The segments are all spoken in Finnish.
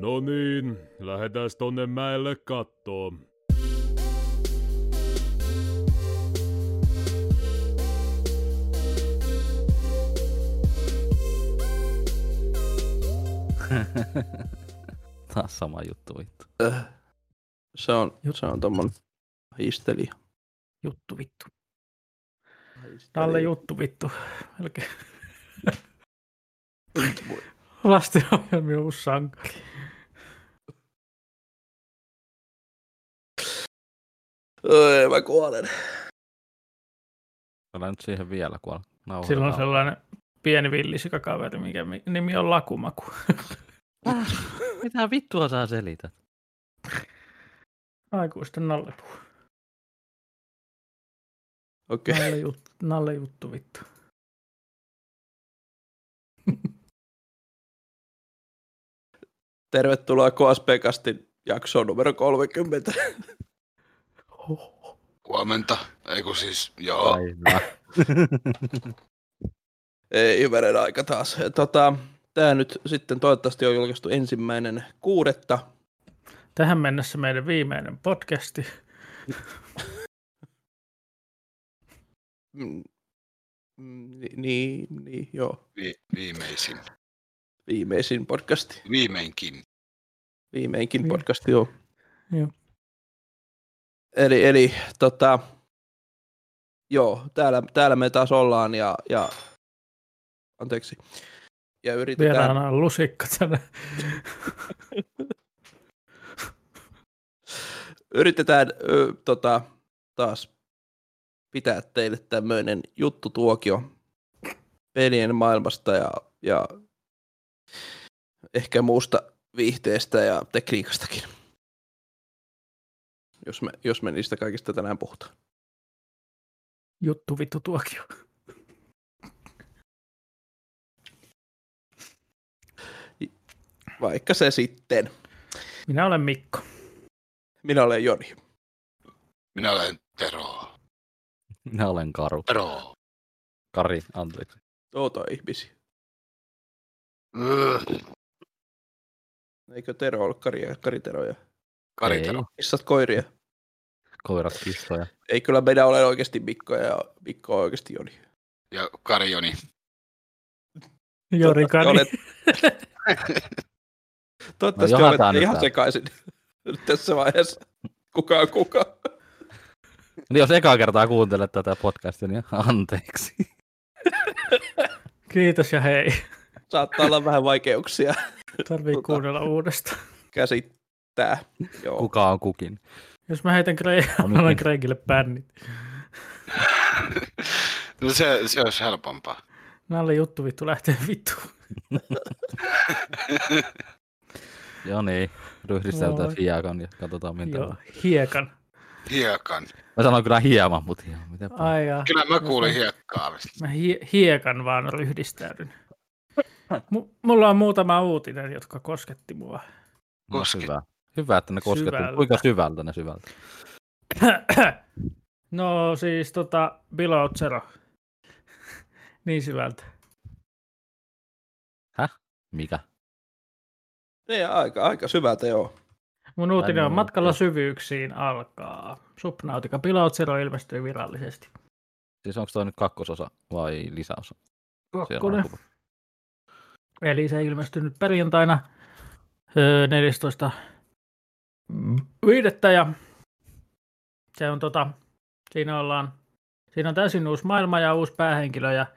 No niin, lähdetään tonne mäelle kattoo. Taas sama juttu vittu. Se on tommonen histelija. Juttu vittu. Nalle juttu vittu. Melkein. Lastenohjelmien uusi sankari. Mä kuolen. Älä nyt siihen vielä kuolla. Sillä on sellainen pieni villisikakaveri, mikä nimi on Lakumaku. Mitä vittua sä selität? Aikuisten nallepuu. Okei. Nalle juttu vittu. Tervetuloa KSP-kastin jaksoon numero 30. Huomenta. Eiku siis, joo. Ei hyvänen aika taas. Tää nyt sitten toivottavasti on julkaistu 1.6. Tähän mennessä meidän viimeinen podcasti. Niin, joo. Viimeisin. Viimeisin podcasti. Viimeinkin Podcasti, joo. Joo. Eli joo, täällä me taas ollaan ja anteeksi. Ja yritetään... Vieraana lusikka tänne. Yritetään taas pitää teille tämmöinen juttutuokio pelien maailmasta ja ehkä muusta viihteestä ja tekniikastakin. Jos me niistä kaikista tänään puhutaan. Juttu vittu tuokio. Vaikka se sitten. Minä olen Mikko. Minä olen Joni. Minä olen Tero. Minä olen Karu. Tero. Kari, anteeksi. Outoa ihmisiä. Eikö Tero ollut Kari-Tero ja Kari-Tero. kissat koiria? Koirat, kissoja. Ei kyllä meidän ole oikeasti Mikko ja Mikko on oikeasti Joni. Ja Kari-Joni. Jori Kari. Toivottavasti No, olette ihan sekaisin nyt tässä vaiheessa. Kuka on kuka? Niin jos ekaa kertaa kuuntelet tätä podcastia, niin anteeksi. Kiitos ja hei. Saattaa olla vähän vaikeuksia Tarvii kuunnella uudestaan. käsittää. Joo. Kuka on kukin? Jos mä heitän annan Gregille bännit. No se olisi helpompaa. Nalle juttu vittu lähtee vittu. Joo niin, ryhdistäytään hiekan ja katsotaan mitä. Joo, hiekan. Hiekan. Mä sanoin kyllä hieman, mutta miten Ai jaa. Kyllä mä kuulin hiekkaa. Mä hiekan vaan ryhdistäydyn. Mulla on muutama uutinen, jotka kosketti mua. No, hyvä, että ne kosketti. Kuinka syvältä ne syvältä? No siis Below Zero. Niin syvältä. Häh? Mikä? Niin, aika syvältä, joo. Mun uutinen on Matkalla syvyyksiin alkaa. Subnautica Below Zero ilmestyy virallisesti. Siis onko toi nyt kakkososa vai lisäosa? Kakkonen. Eli se ilmestyy nyt perjantaina 14.5. Ja se on siinä on täysin uusi maailma ja uusi päähenkilö ja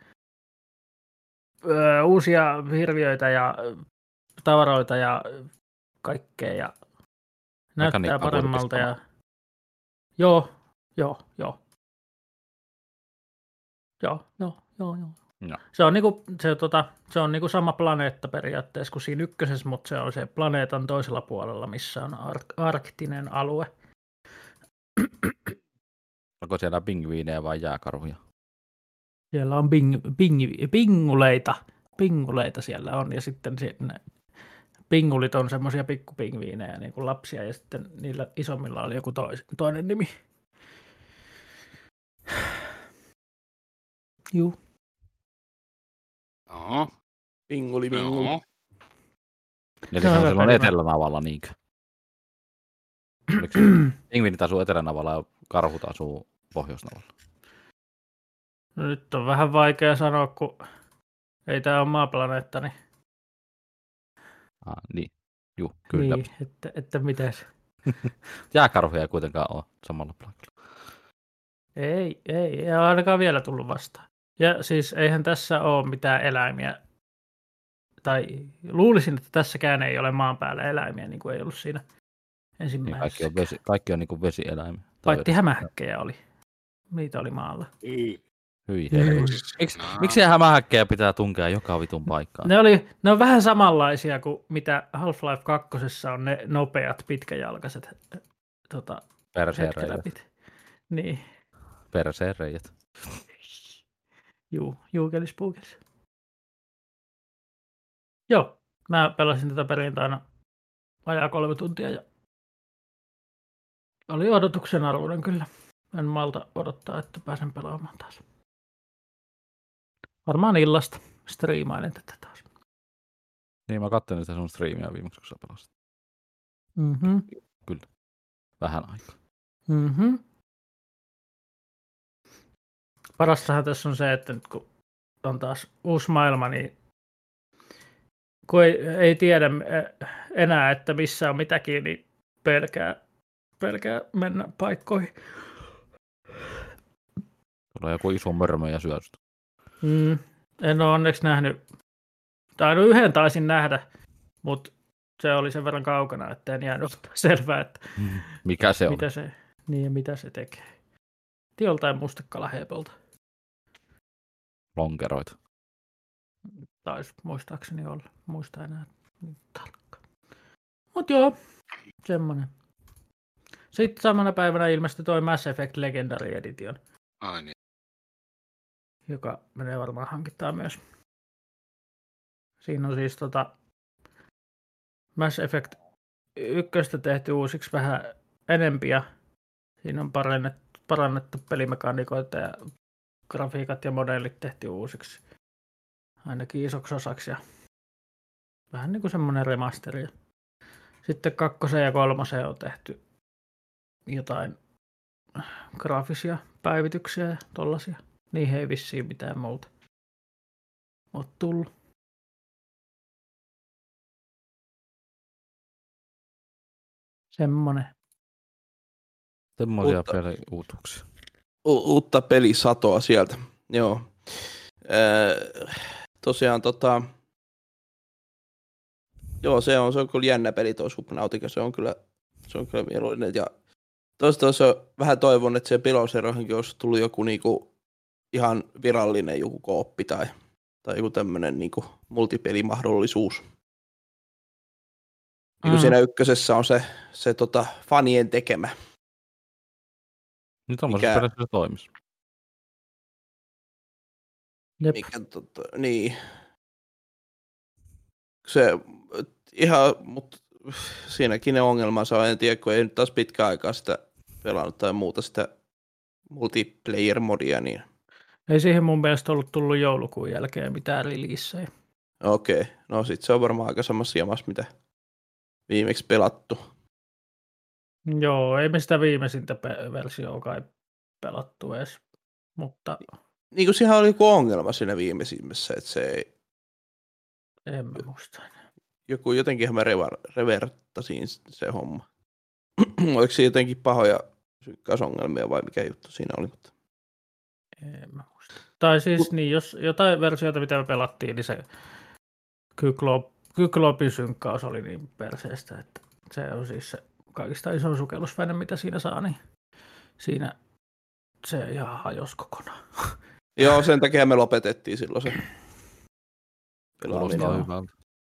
uusia hirviöitä ja tavaroita ja kaikkea ja näyttää paremmalta ja joo. No. Se on niinku sama planeetta periaatteessa kuin siinä ykkösessä, mutta se on se planeetan toisella puolella, missä on arktinen alue. Onko siellä pingviinejä vai jääkarhuja? Siellä on pinguleita siellä on, ja sitten ne pingulit on semmoisia pikkupingviinejä, niin kuin lapsia, ja sitten niillä isommilla oli joku toinen nimi. Juu. Joo. Pinguli. Joo. Eli Se se on on hyvä silloin peli. etelänavalla, niinkö? Oliko pingviinit asuu etelänavalla ja karhut asuu pohjoisnavalla? No nyt on vähän vaikea sanoa, kun ei tämä ole maaplaneetta, niin, Niin, juu, kyllä. niin että mitäs. Jääkarhuja ei kuitenkaan ole samalla paikalla. Ei ole ainakaan vielä tullut vastaan. Ja siis eihän tässä ole mitään eläimiä, tai luulisin, että tässäkään ei ole maan päällä eläimiä, niin kuin ei ollut siinä Niin ensimmäisessä. kaikki on niin kuin vesieläimiä. Paitsi hämähäkkejä oli. Niitä oli maalla. Hyi Niin. helvetti. Miksi hämähäkkejä pitää tunkea joka vitun paikkaan? Ne on vähän samanlaisia kuin mitä Half-Life 2 on ne nopeat, pitkäjalkaiset Perseereijät. Niin, Perseereijät. juukelis. Joo, mä pelasin tätä perjantaina vajaa 3 tuntia ja oli odotuksen arvoinen kyllä. En malta odottaa, että pääsen pelaamaan taas. Varmaan illasta striimailen tätä taas. Niin, mä katselin sitä sun striimiä viimeksi, kun sä pelasit. Mhm. Kyllä. Vähän aikaa. Mhm. Parastahan tässä on se, että nyt kun on taas uusi maailma, niin kun ei tiedä enää, että missä on mitäkin, niin pelkää mennä paikkoihin. Tulee joku iso mörmö ja syöstä. En ole onneksi nähnyt, tai no yhden taisin nähdä, mutta se oli sen verran kaukana, että en jäänyt ottaa selvää, että Mikä se on? mitä se tekee. Joltain mustekalaheepolta. Lonkeroita. Taisi muistaakseni olla. Muista enää niin tarkkaan. Mut joo, semmonen. Sitten samana päivänä ilmestyi toi Mass Effect Legendary Edition, Ai niin. joka menee varmaan hankintaan myös. Siinä on siis Mass Effect 1 tehty uusiksi vähän enempiä. Siinä on parannettu pelimekaniikoita ja grafiikat ja modellit tehty uusiksi. Ainakin isoksi osaksi. Ja vähän niin kuin semmoinen remasteri. Sitten 2 ja 3 on tehty jotain graafisia päivityksiä ja tollasia. Niihin ei vissiin mitään muuta ole tullut. Semmonen. Semmoisia peliuutuksia. Uutta pelisatoa sieltä, joo. Tosiaan joo, se on kyllä jännä peli tuo Subnautica, se on kyllä mieluinen. Ja toisaalta on vähän toivon, että se Piloseroihinkin olisi tullut joku niinku ihan virallinen joku kooppi tai joku tämmöinen niinku multipelimahdollisuus. Niin siinä ykkösessä on se fanien tekemä. Nyt tommoisessa pelissä se toimisi. Mikä niin. Se ihan, mutta siinäkin ne ongelmansa on, en tiedä, kun ei nyt taas pitkään aikaa sitä pelannut tai muuta sitä multiplayer-modia, niin Ei siihen mun mielestä ollut tullut joulukuun jälkeen mitään releasejä. okei. No sit se on varmaan aika samassa jamassa, mitä viimeksi pelattu. Joo, ei me sitä viimeisintä versioa kai pelattu edes, mutta Niin kuin siihen oli joku ongelma siinä viimeisimmässä, että se ei, en mä muista enää. jotenkinhan mä reverttasin se homma. Oliko se jotenkin pahoja synkkausongelmia vai mikä juttu siinä oli? Mutta En mä muista. Tai siis niin, jos jotain versioita, mitä me pelattiin, niin se Kyklopin synkkaus oli niin perseestä, että se on siis se kaikista iso sukellusväline, mitä siinä saa, niin siinä se ihan hajosi kokonaan. joo, sen takia me lopetettiin silloin se pelaaminen. Kuulostaa hyvältä.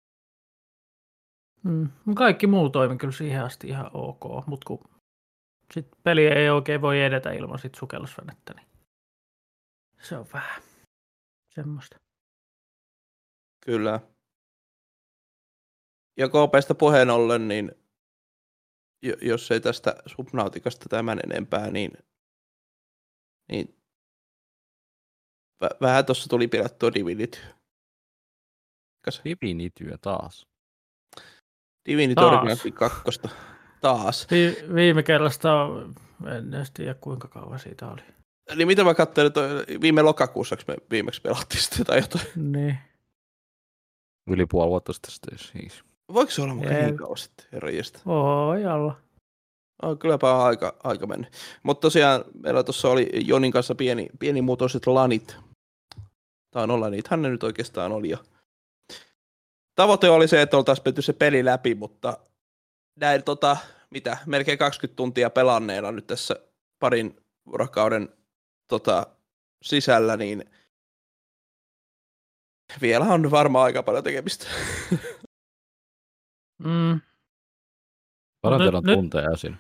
Kaikki muu toimi kyllä siihen asti ihan ok, mutta kun sit peli ei oikein voi edetä ilman sit sukellusvenettä, niin se on vähän semmoista. Kyllä. Ja KP:stä puheen ollen, niin jos ei tästä Subnauticasta tämän enempää, niin vähän tuossa tuli pilattua Divinity. Divinityä taas. Divinity Taas. Original Sin 2. Taas. Viime kerrasta on, en edes tiedä kuinka kauan siitä oli. Niin mitä mä katselin, viime lokakuussa me viimeksi pelattiin sitä tai jotain. Niin. Yli puoli vuotta sitten siis. Voiko se olla mukaan Ei. niin kauan sitten, herranjestä? Voi olla. Kylläpä on aika mennyt. Mutta tosiaan meillä tuossa oli Jonin kanssa pienimuotoiset lanit. Tai olla niitähän ne nyt oikeastaan oli. Ja tavoite oli se, että oltaisiin menty se peli läpi, mutta näin melkein 20 tuntia pelanneena nyt tässä parin vuorokauden sisällä, niin vielä on varmaan aika paljon tekemistä. Paljon Nyt- teillä on nyt- tunteja esim.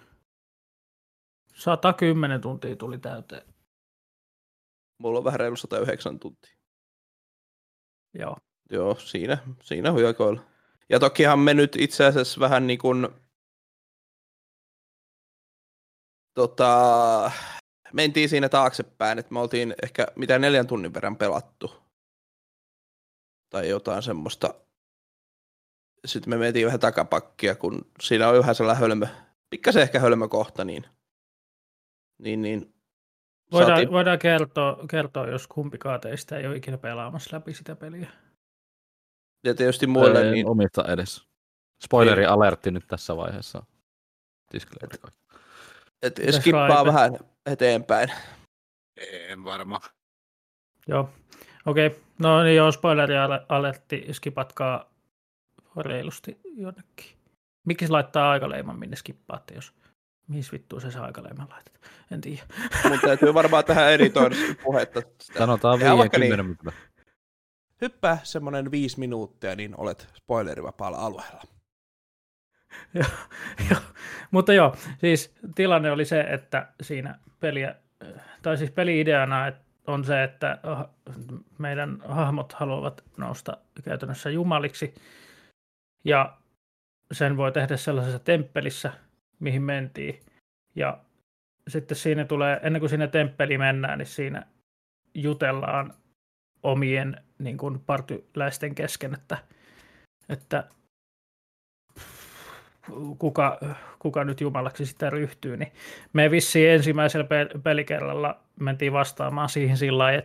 110 tuntia tuli täyteen. Mulla on vähän reilu 109 tuntia. Joo. Joo, siinä hyökoilla. Ja tokihan me nyt itse asiassa vähän niin kuin mentiin siinä taaksepäin, että me oltiin ehkä 4 tunnin verran pelattu. Tai jotain semmoista. Sitten me mentiin vähän takapakkia, kun siinä on vähän sellainen pikkasen ehkä hölmö kohta, niin Voidaan kertoa, jos kumpikaan teistä ei ole ikinä pelaamassa läpi sitä peliä. ja tietysti muille, En niin omista edes. Spoileri alertti nyt tässä vaiheessa. Disclaimer. et Mitäs skippaa Raipe? vähän eteenpäin. En varma. Joo. Okei. No niin joo, spoileri-alertti, skipatkaa reilusti jonnekin. Miksi laittaa aikaleiman, minne skippaatte, jos mihin vittuun se aikaleiman laitat? En tiedä. Mun täytyy varmaan tähän editoida puhetta. Sitä. Sanotaan Tehdään vaikka 50 niin. minuuttia. Hyppää semmonen 5 minuuttia, niin olet spoilerivapaalla alueella. Joo. Mutta joo, siis tilanne oli se, että siinä peli-ideana on se, että meidän hahmot haluavat nousta käytännössä jumaliksi, ja sen voi tehdä sellaisessa temppelissä, mihin mentiin, ja sitten siinä tulee, ennen kuin sinne temppeliin mennään, niin siinä jutellaan omien niin kuin partyläisten kesken, että kuka nyt jumalaksi sitä ryhtyy, niin me vissiin ensimmäisellä pelikerralla mentiin vastaamaan siihen sillä lailla,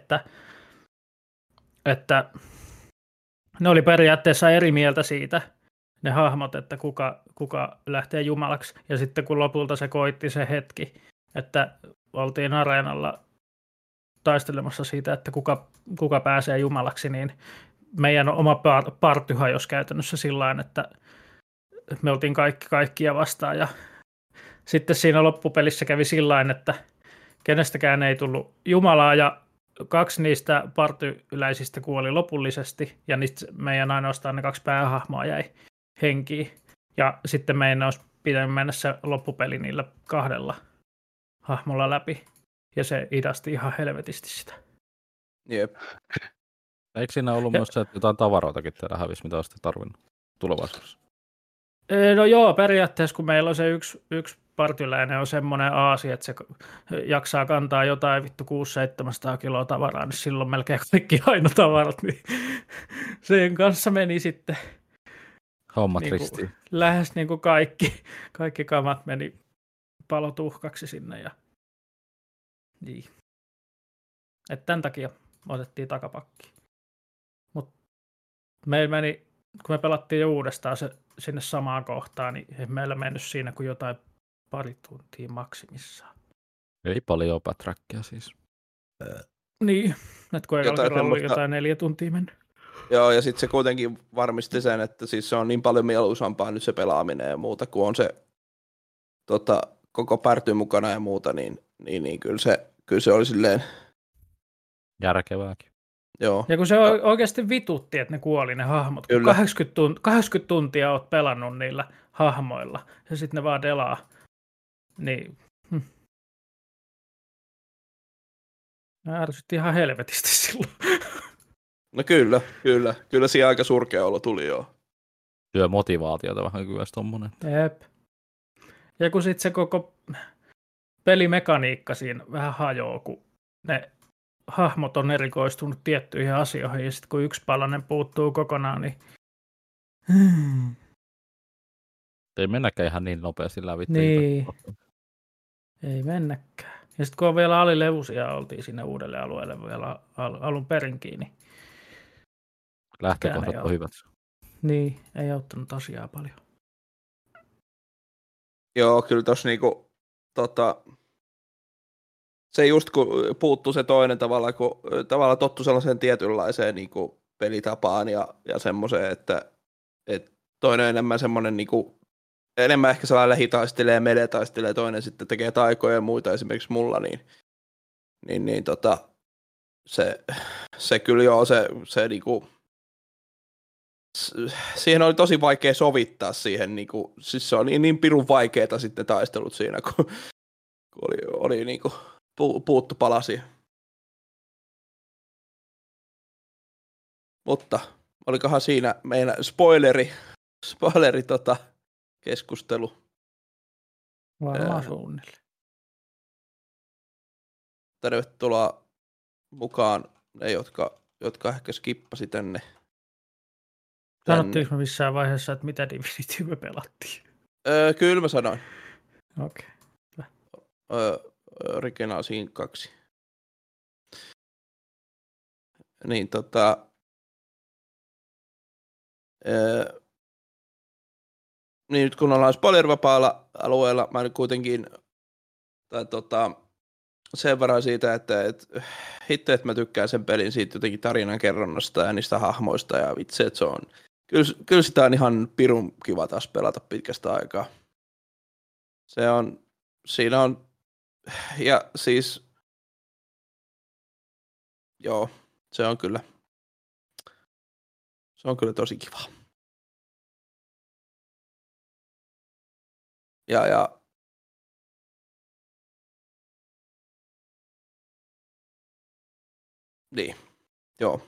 että ne oli periaatteessa eri mieltä siitä, ne hahmot, että kuka lähtee jumalaksi, ja sitten kun lopulta se koitti se hetki, että oltiin areenalla taistelemassa siitä, että kuka pääsee jumalaksi, niin meidän oma party hajosi käytännössä sillä lailla, että me oltiin kaikkia vastaan, ja sitten siinä loppupelissä kävi sillain, että kenestäkään ei tullut jumalaa, ja 2 niistä partyläisistä kuoli lopullisesti, ja meidän ainoastaan ne 2 päähahmoa jäi henkiin, ja sitten meidän olisi pitänyt mennä se loppupeli niillä 2 hahmolla läpi, ja se hidasti ihan helvetisti sitä. Jep. Eikö siinä ollut myös se, että jotain tavaroitakin teillä hävisi, mitä olisitte tarvinnut tulevaisuudessa? No joo, periaatteessa kun meillä on se yksi partyläinen on semmoinen aasi, että se jaksaa kantaa jotain vittu 600-700 kiloa tavaraa, niin silloin melkein kaikki ainutavarat, niin sen kanssa meni sitten Hommat Niinku- ristiin. lähes niin kuin kaikki kamat meni palotuhkaksi sinne, ja niin. Että tämän takia otettiin takapakki. Mutta meillä meni, kun me pelattiin jo uudestaan sinne samaan kohtaan, niin ei meillä mennyt siinä kuin jotain pari tuntia maksimissaan. Ei paljon backtrackia siis. Niin, että kun Jotain ekalla oli semmoista- jotain 4 tuntia mennyt. Joo, ja sitten se kuitenkin varmisti sen, että siis se on niin paljon mieluisampaa nyt se pelaaminen ja muuta, kun on se koko party mukana ja muuta, niin kyllä se oli silleen, Järkevääkin. joo. Ja kun se oikeasti vitutti, että ne kuoli ne hahmot. Kun Kyllä. 80 tuntia oot pelannut niillä hahmoilla, ja sitten ne vaan delaa. Niin. Ärsytti ihan helvetisti silloin. No kyllä siinä aika surkea olo tuli joo. Syö motivaatiota vähän kyllä tommonen. Jep. Ja kun sitten se koko pelimekaniikka siinä vähän hajoaa, kun ne hahmot on erikoistunut tiettyihin asioihin, ja sitten kun yksi palanen puuttuu kokonaan, niin Ei mennäkään ihan niin nopeasti läpi. Niin. Ei mennäkään. Ja sitten kun on vielä alilevusia, oltiin sinne uudelle alueelle vielä alun perin kiinni. Lähtökohdat ei on hyvät. Niin, ei auttanut asiaa paljon. Joo, kyllä tossa niinku, se just kun puuttuu se toinen tavalla, kun tavallaan tottu sellaiseen tietynlaiseen niinku pelitapaan ja semmoiseen, että toinen on enemmän semmoinen niinku, enemmän ehkä sellainen lähitaistelee ja melee-taistelee, toinen sitten tekee taikoja ja muita esimerkiksi mulla, niin se kyllä joo, se niinku, siihen oli tosi vaikea sovittaa siihen, niinku, siis se on niin pirun vaikeeta sitten taistelut siinä, kun oli niinku puuttu palasi. Mutta olikohan siinä meidän spoileri keskustelu. Varmaan suunnilleen. Tervetuloa mukaan ne, jotka ehkä skippasi tänne. Sanottiinko me missään vaiheessa, että mitä Divinity me pelattiin? Kyllä mä sanoin. Okei. Original Sin 2. Niin niin nyt kun ollaan spoilervapaalla alueella, mä nyt kuitenkin sen verran siitä, että hitto, että mä tykkään sen pelin siitä jotenkin tarinankerronnasta ja niistä hahmoista ja vitsi, että se on, kyllä sitä on ihan pirun kiva taas pelata pitkästä aikaa. Siinä on, ja siis, joo, se on kyllä tosi kiva. Ja niin, joo.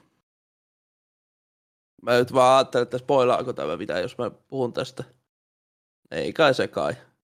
Mä nyt vaan ajattelin, että spoilaako tämä mitä, jos mä puhun tästä. Ei kai se kai.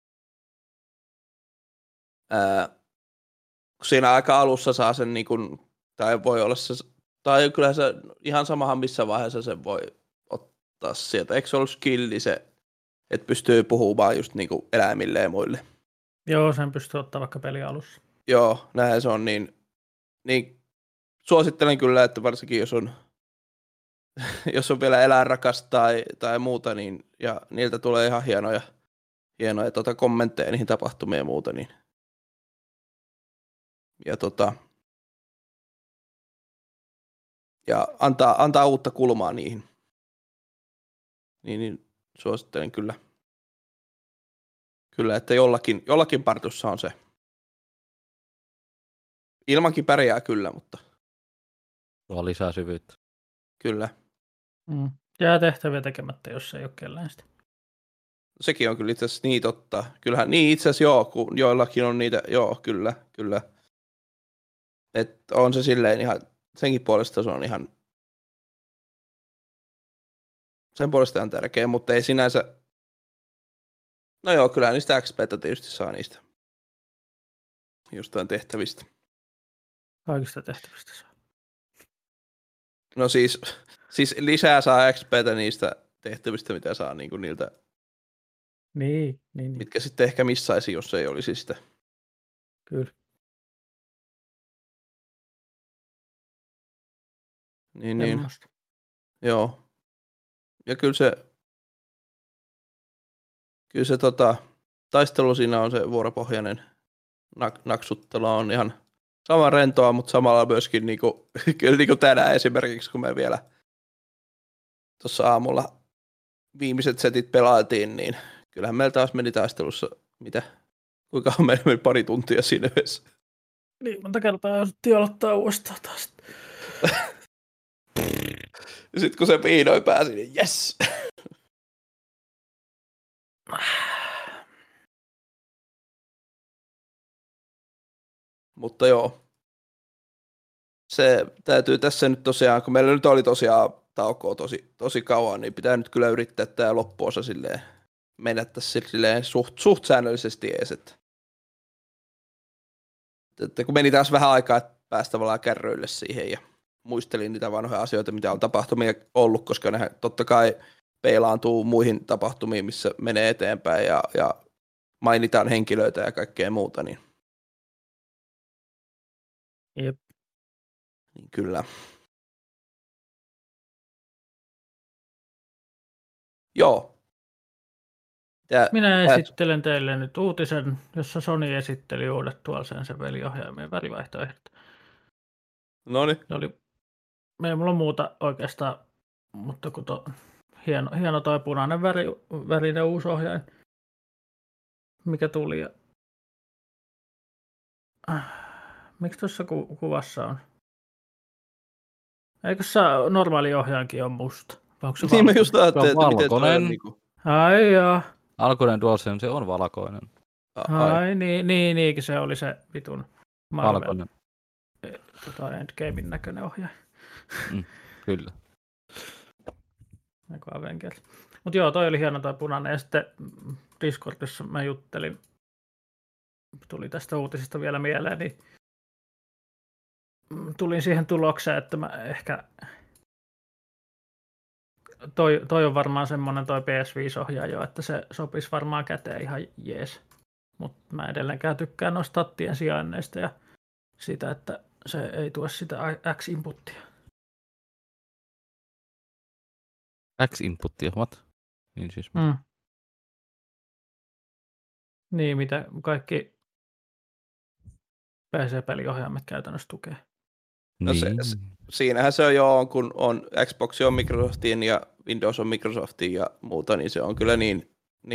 Kun siinä aika alussa saa sen niin kuin, tai voi olla se, tai kyllä se ihan samahan missä vaiheessa sen voi ottaa sieltä. Eikö se ollut skilli se, että pystyy puhumaan just niin kuin eläimille ja muille? Joo, sen pystyy ottaa vaikka peli alussa. Joo, näin se on, niin suosittelen kyllä, että varsinkin jos on vielä eläinrakas tai muuta, niin, ja niiltä tulee ihan hienoja kommentteja niihin tapahtumiin ja muuta, niin ja antaa uutta kulmaa niihin. Niin suosittelen kyllä, että jollakin partussa on se. Ilmankin pärjää kyllä, mutta Tuo lisää syvyyttä. kyllä. Jää tehtäviä tekemättä, jos ei ole kellään sitä. Sekin on kyllä itse asiassa niin totta. Kyllähän niin itse asiassa joo, kun joillakin on niitä, joo, kyllä. Että on se silleen ihan, senkin puolesta se on ihan, sen puolesta on tärkeä, mutta ei sinänsä, no joo, kyllä niistä XP:tä tietysti saa niistä jostain tehtävistä. Kaikista tehtävistä saa. No siis lisää saa XP:tä niistä tehtävistä, mitä saa niin kuin niiltä, Niin. mitkä sitten ehkä missaisi, jos ei olisi sitä. Kyllä. Niin. Semmosta. Joo. Ja kyllä se taistelu siinä on se vuoropohjainen naksuttelu on ihan sama rentoa, mutta samalla myöskin kyllä niin kuin tänään esimerkiksi, kun me vielä tuossa aamulla viimeiset setit pelailtiin, niin kyllähän meillä taas meni taistelussa, kuinka meillä meni pari tuntia siinä yhdessä. Niin, monta kertaa jouduttiin aloittaa uudestaan taas. Ja sitten kun se vihdoin pääsi, niin jes! Mutta joo, se täytyy tässä nyt tosiaan, kun meillä nyt oli tosiaan taukoa tosi kauan, niin pitää nyt kyllä yrittää tämä loppuosa silleen mennä tässä silleen suht säännöllisesti ees. Että kun meni taas vähän aikaa, että pääsi tavallaan kärryille siihen ja muistelin niitä vanhoja asioita, mitä on tapahtumia ollut, koska ne totta kai peilaantuu muihin tapahtumiin, missä menee eteenpäin ja mainitaan henkilöitä ja kaikkea muuta, niin, Jep. niin kyllä. Joo. Minä esittelen teille nyt uutisen, jossa Sony esitteli uudet DualSense väliohjaimien värivaihtoehdot. Noniin. Mulla on muuta oikeastaan, mutta kun hieno toi punainen värinen uusi ohjain, mikä tuli. Ja... Miksi tuossa kuvassa on? Eikö se normaali ohjainkin on musta? Niin mä just ajattelin, että miten toi on niinku... Ai joo. Alkuinen DualSense on valkoinen. Ai niin, se oli se vitun Marvel. Valkoinen. Endgamein näköinen ohjaaja. Kyllä. Eiku Avengers. Mut joo, toi oli hieno toi punainen. Ja sitten Discordissa mä juttelin, tuli tästä uutisesta vielä mieleen, niin tulin siihen tulokseen, että mä ehkä toi on varmaan semmonen toi PS5-ohjaaja, että se sopisi varmaan käteen ihan jees. Mutta mä edelleenkään tykkään noista tattien sijainneista ja sitä, että se ei tue sitä X-inputtia. X-inputtia, what? Niin siis. Niin, mitä kaikki PC-peliohjaimet käytännössä tukee. No siinähän se on jo, kun on Xbox on Microsoftin ja Windows on Microsoftin ja muuta, niin se on kyllä niin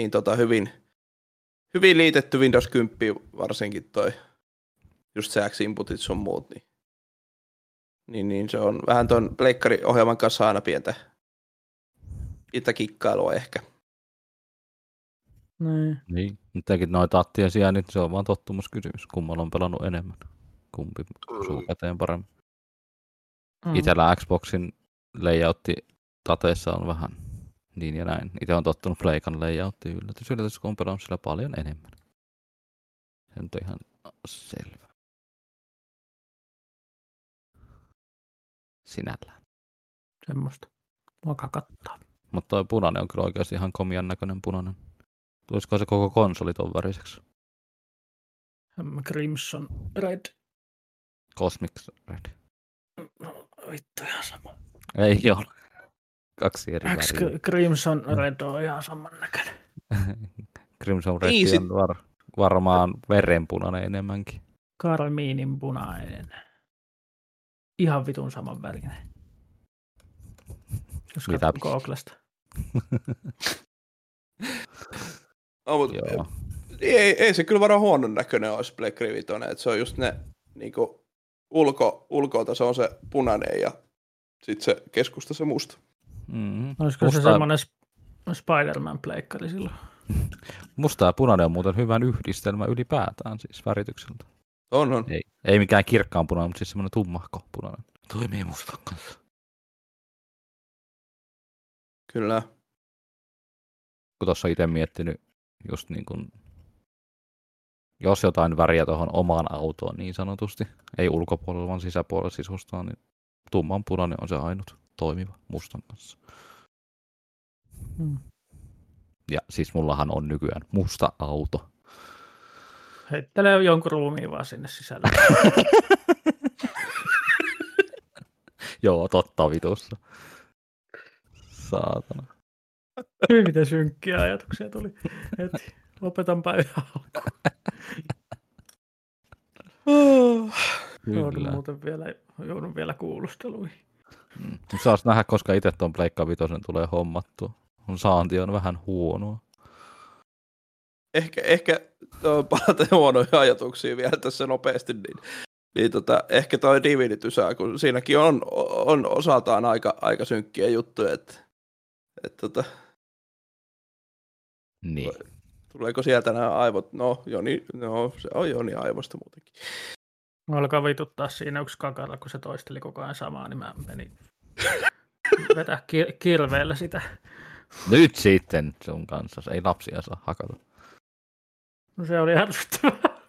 hyvin liitetty Windows 10, varsinkin toi just se X-inputit sun muut, niin se on vähän ton pleikkariohjelman kanssa aina pientä kikkailua ehkä. Niin, mutta noita tattien sijainnit, se on vaan tottumuskysymys, kummalla on pelannut enemmän. Kumpi suu käteen paremmin. Itsellä Xboxin layoutti tateessa on vähän niin ja näin. Itse on tottunut Pleikan layouttiin yllätys, kun on pelannut sillä paljon enemmän. Se on ihan selvä. Sinällään. Semmoista. Voikaa kattaa. Mutta toi punainen on kyllä oikeasti ihan komian näköinen punainen. Tulisiko se koko konsoli ton väriseksi? Crimson Red. Cosmic Red. No, vittu ihan sama. Ei ole. Kaksi eri väriä. Crimson Red on ihan saman näköinen. Crimson Red on varmaan verenpunainen enemmänkin. Karmiinin punainen. Ihan vitun saman värinen. Jos katsoo Googlesta. Ei se kyllä varmaan huonon näköinen olisi Pleikkari Vitoinen, että se on just ne niinku ulkoilta se on se punainen ja sitten se keskusta se musta. Olisiko se semmoinen Spider-Man pleikkari silloin? Musta ja punainen on muuten hyvän yhdistelmä ylipäätään siis väritykseltä. On. Ei mikään kirkkaan punainen, mutta siis semmoinen tummahko punainen. Toimii mustan kanssa. Kyllä. Kun tuossa on itse miettinyt just niin kuin, jos jotain väriä tuohon omaan autoon niin sanotusti, ei ulkopuolella vaan sisäpuolella sisustaa, niin tumman punainen on se ainut toimiva mustan kanssa. Ja siis mullahan on nykyään musta auto. Heittelee jonkun ruumiin vaan sinne sisälle. Joo, totta vitussa. Saatana. Mitä synkkiä ajatuksia tuli heti. Lopetan päivän alkuun. Joudun vielä kuulusteluihin. Saas nähdä, koska itse tuon Pleikka Vitosen tulee hommattua. Saanti on vähän huonoa. Ehkä palata huonoja ajatuksia vielä tässä nopeasti, niin ehkä toi Divinity-sää, kun siinäkin on osaltaan aika synkkiä juttuja, niin. Tuleeko sieltä nämä aivot? No, se on Joni aivosta muutenkin. Mä alkaa vituttaa siinä yksi kakara, kun se toisteli koko ajan samaa, niin mä menin vetää kirveellä sitä. Nyt sitten sun kanssa, ei lapsia saa hakata. No se oli ärsyttävää.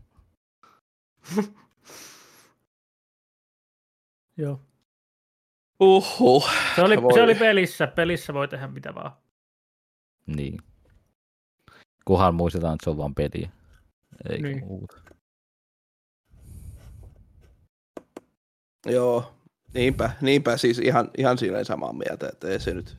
Joo. Se oli pelissä. Pelissä voi tehdä mitä vaan. Niin. Kunhan muistetaan, että se on vaan peliä. Eikä Niin. muuta. Joo, niinpä siis ihan silleen samaa mieltä, että ei se nyt,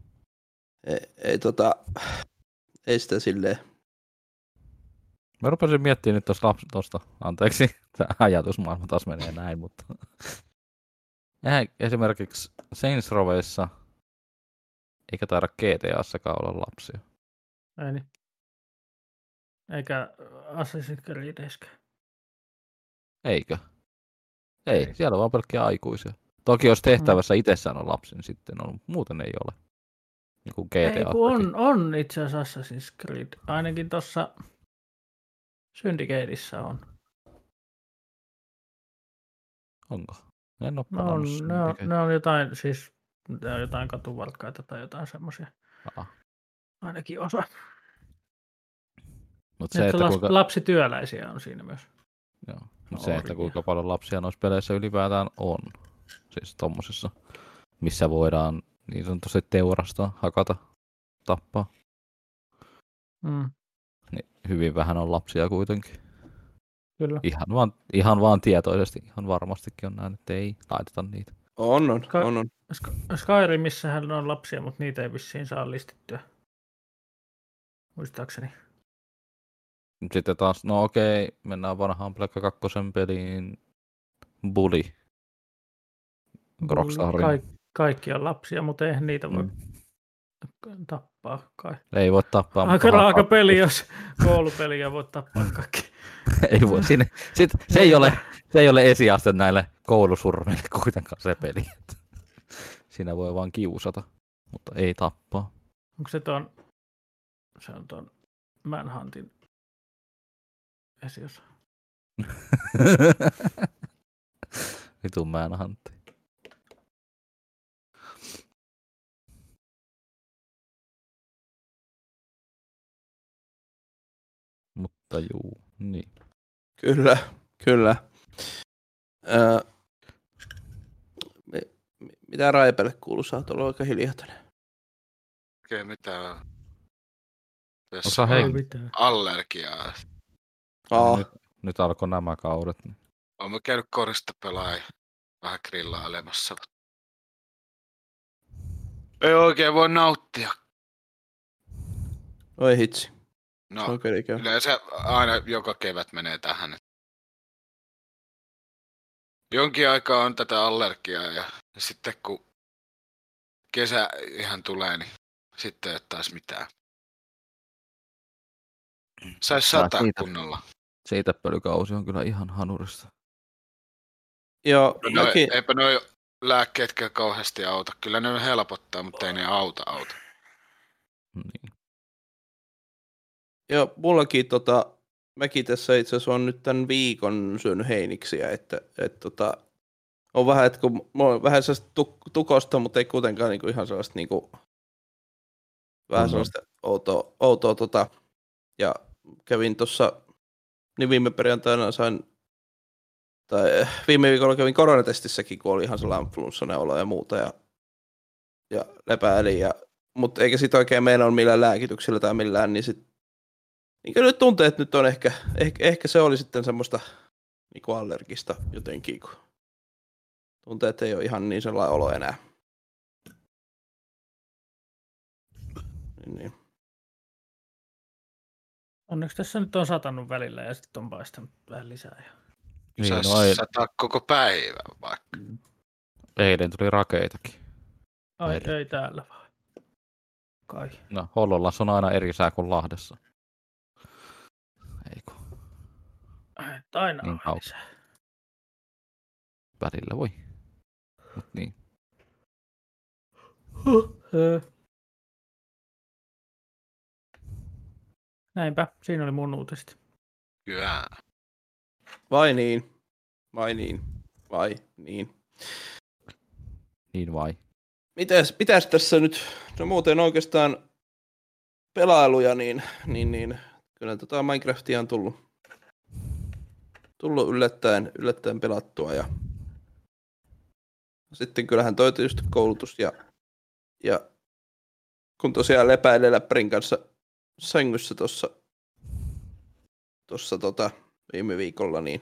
ei sitä silleen. Mä rupesin miettimään nyt tuosta, anteeksi, tämä ajatusmaailma taas menee näin, mutta eihän esimerkiksi Saints Rowissa eikä taida GTAssakaan olla lapsia. Ei niin. Eikä Assassin's Creediskään. Eikö? Ei, siellä on vaan pelkkiä aikuisia. Toki jos tehtävässä itsessään on lapsi, niin sitten on, muuten ei ole. Niin kuin GTA. Ei, kun on itse asiassa Assassin's Creed. Ainakin tuossa Syndicateissa on. Onko? En ole palannut Ne on jotain, siis ne on jotain katuvalkkaita tai jotain semmoisia. Ainakin osa. Mut se, että kuinka... Lapsityöläisiä on siinä myös. Joo. Mut se, että kuinka paljon lapsia noissa peleissä ylipäätään on. Siis tommosessa, missä voidaan niin sanotusti teurastaa, hakata, tappaa. Niin hyvin vähän on lapsia kuitenkin. Kyllä. Ihan vaan tietoisesti, ihan varmastikin on näin, että ei laiteta niitä. On. Skyrimissähän on lapsia, mutta niitä ei vissiin saa listettyä. Muistaakseni. Sitten taas, no okei, mennään vanhaan Pleikka 2 peliin. Bully. Kaikki on lapsia, mutta eihän niitä voi tappaa kai. Ei voi tappaa. Aika raaka peli, jos koulupeliä voi tappaa kaikki. Ei voi. Se ei ole esiaste näille koulusurmeille kuitenkaan se peli. Siinä voi vaan kiusata, mutta ei tappaa. Onko se on tuon Manhuntin esiosa? Vitun Manhuntti. Mutta juu, niin. Kyllä. Mitä Raipelle kuuluu? Sä oot ollut aika hiljainen. Okei, mitä? Osa allergiaa. Nyt alkoi nämä kaudet. Niin. Olen käynyt korista pelaa ja vähän grillailemassa. Ei oikein voi nauttia. Oi hitsi. No, yleensä aina joka kevät menee tähän. Jonkin aikaa on tätä allergiaa ja sitten kun kesä ihan tulee, niin sitten ei ole taas mitään. Sais sataa kunnolla. Seitepölykausi on kyllä ihan hanurista. Joo, eipä noi lääkkeetkään kauheasti auta. Kyllä ne helpottaa, mutta ei ne auta. Niin. Joo, mullakin mäkin tässä itse asiassa on nyt tämän viikon syönyt heiniksiä, että on vähän, että kun mulla on vähän sellaista tukosta, mutta ei kuitenkaan niinku ihan sellaista niinku, vähän sellaista outoa ja kävin tuossa, niin viime perjantaina viime viikolla kävin koronatestissäkin, kun oli ihan sellainen flunssainen olo ja muuta ja lepäili, mutta eikä sit oikein meillä ole millään lääkityksillä tai millään, niin sit niin nyt tuntee, että nyt on ehkä se oli sitten semmoista niinku allergista jotenkin, kun tuntee, että ei ole ihan niin sellainen olo enää. Niin. Onneksi tässä nyt on satanut välillä ja sitten on paistanut vähän lisää. Niin, sataa koko päivän vaikka. Eilen tuli rakeitakin. Ei täällä vaan. Kai. No, Hollolassa on aina eri sää kuin Lahdessa. Eiku. Aina niin on lisää. Välillä voi. Mut niin. Näinpä, siinä oli mun uutiset. Kyllä. Vai niin. Niin vai? Mitäs tässä nyt, no muuten oikeastaan pelailuja, niin kyllä Minecraftia on tullut yllättäen pelattua ja Sitten kyllähän toi tietysti koulutus ja kun tosiaan lepäilee läppärin kanssa sängyssä tuossa viime viikolla, niin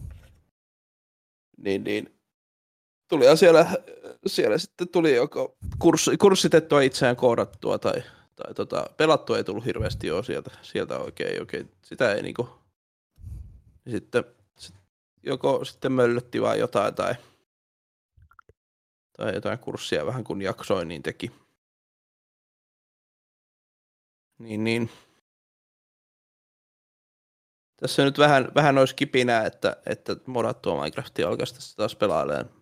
tuli siellä sitten tuli joko kurssitettua itseään koodattua tai pelattua ei tullut hirveästi jo sieltä oikein. Sitä ei niinku sitten joko sitten möllötti vaan jotain tai jotain kurssia vähän kun jaksoin, niin teki. Niin. Tässä nyt vähän olisi kipinää, että modattua Minecraftia alkaisi tässä taas pelailemaan.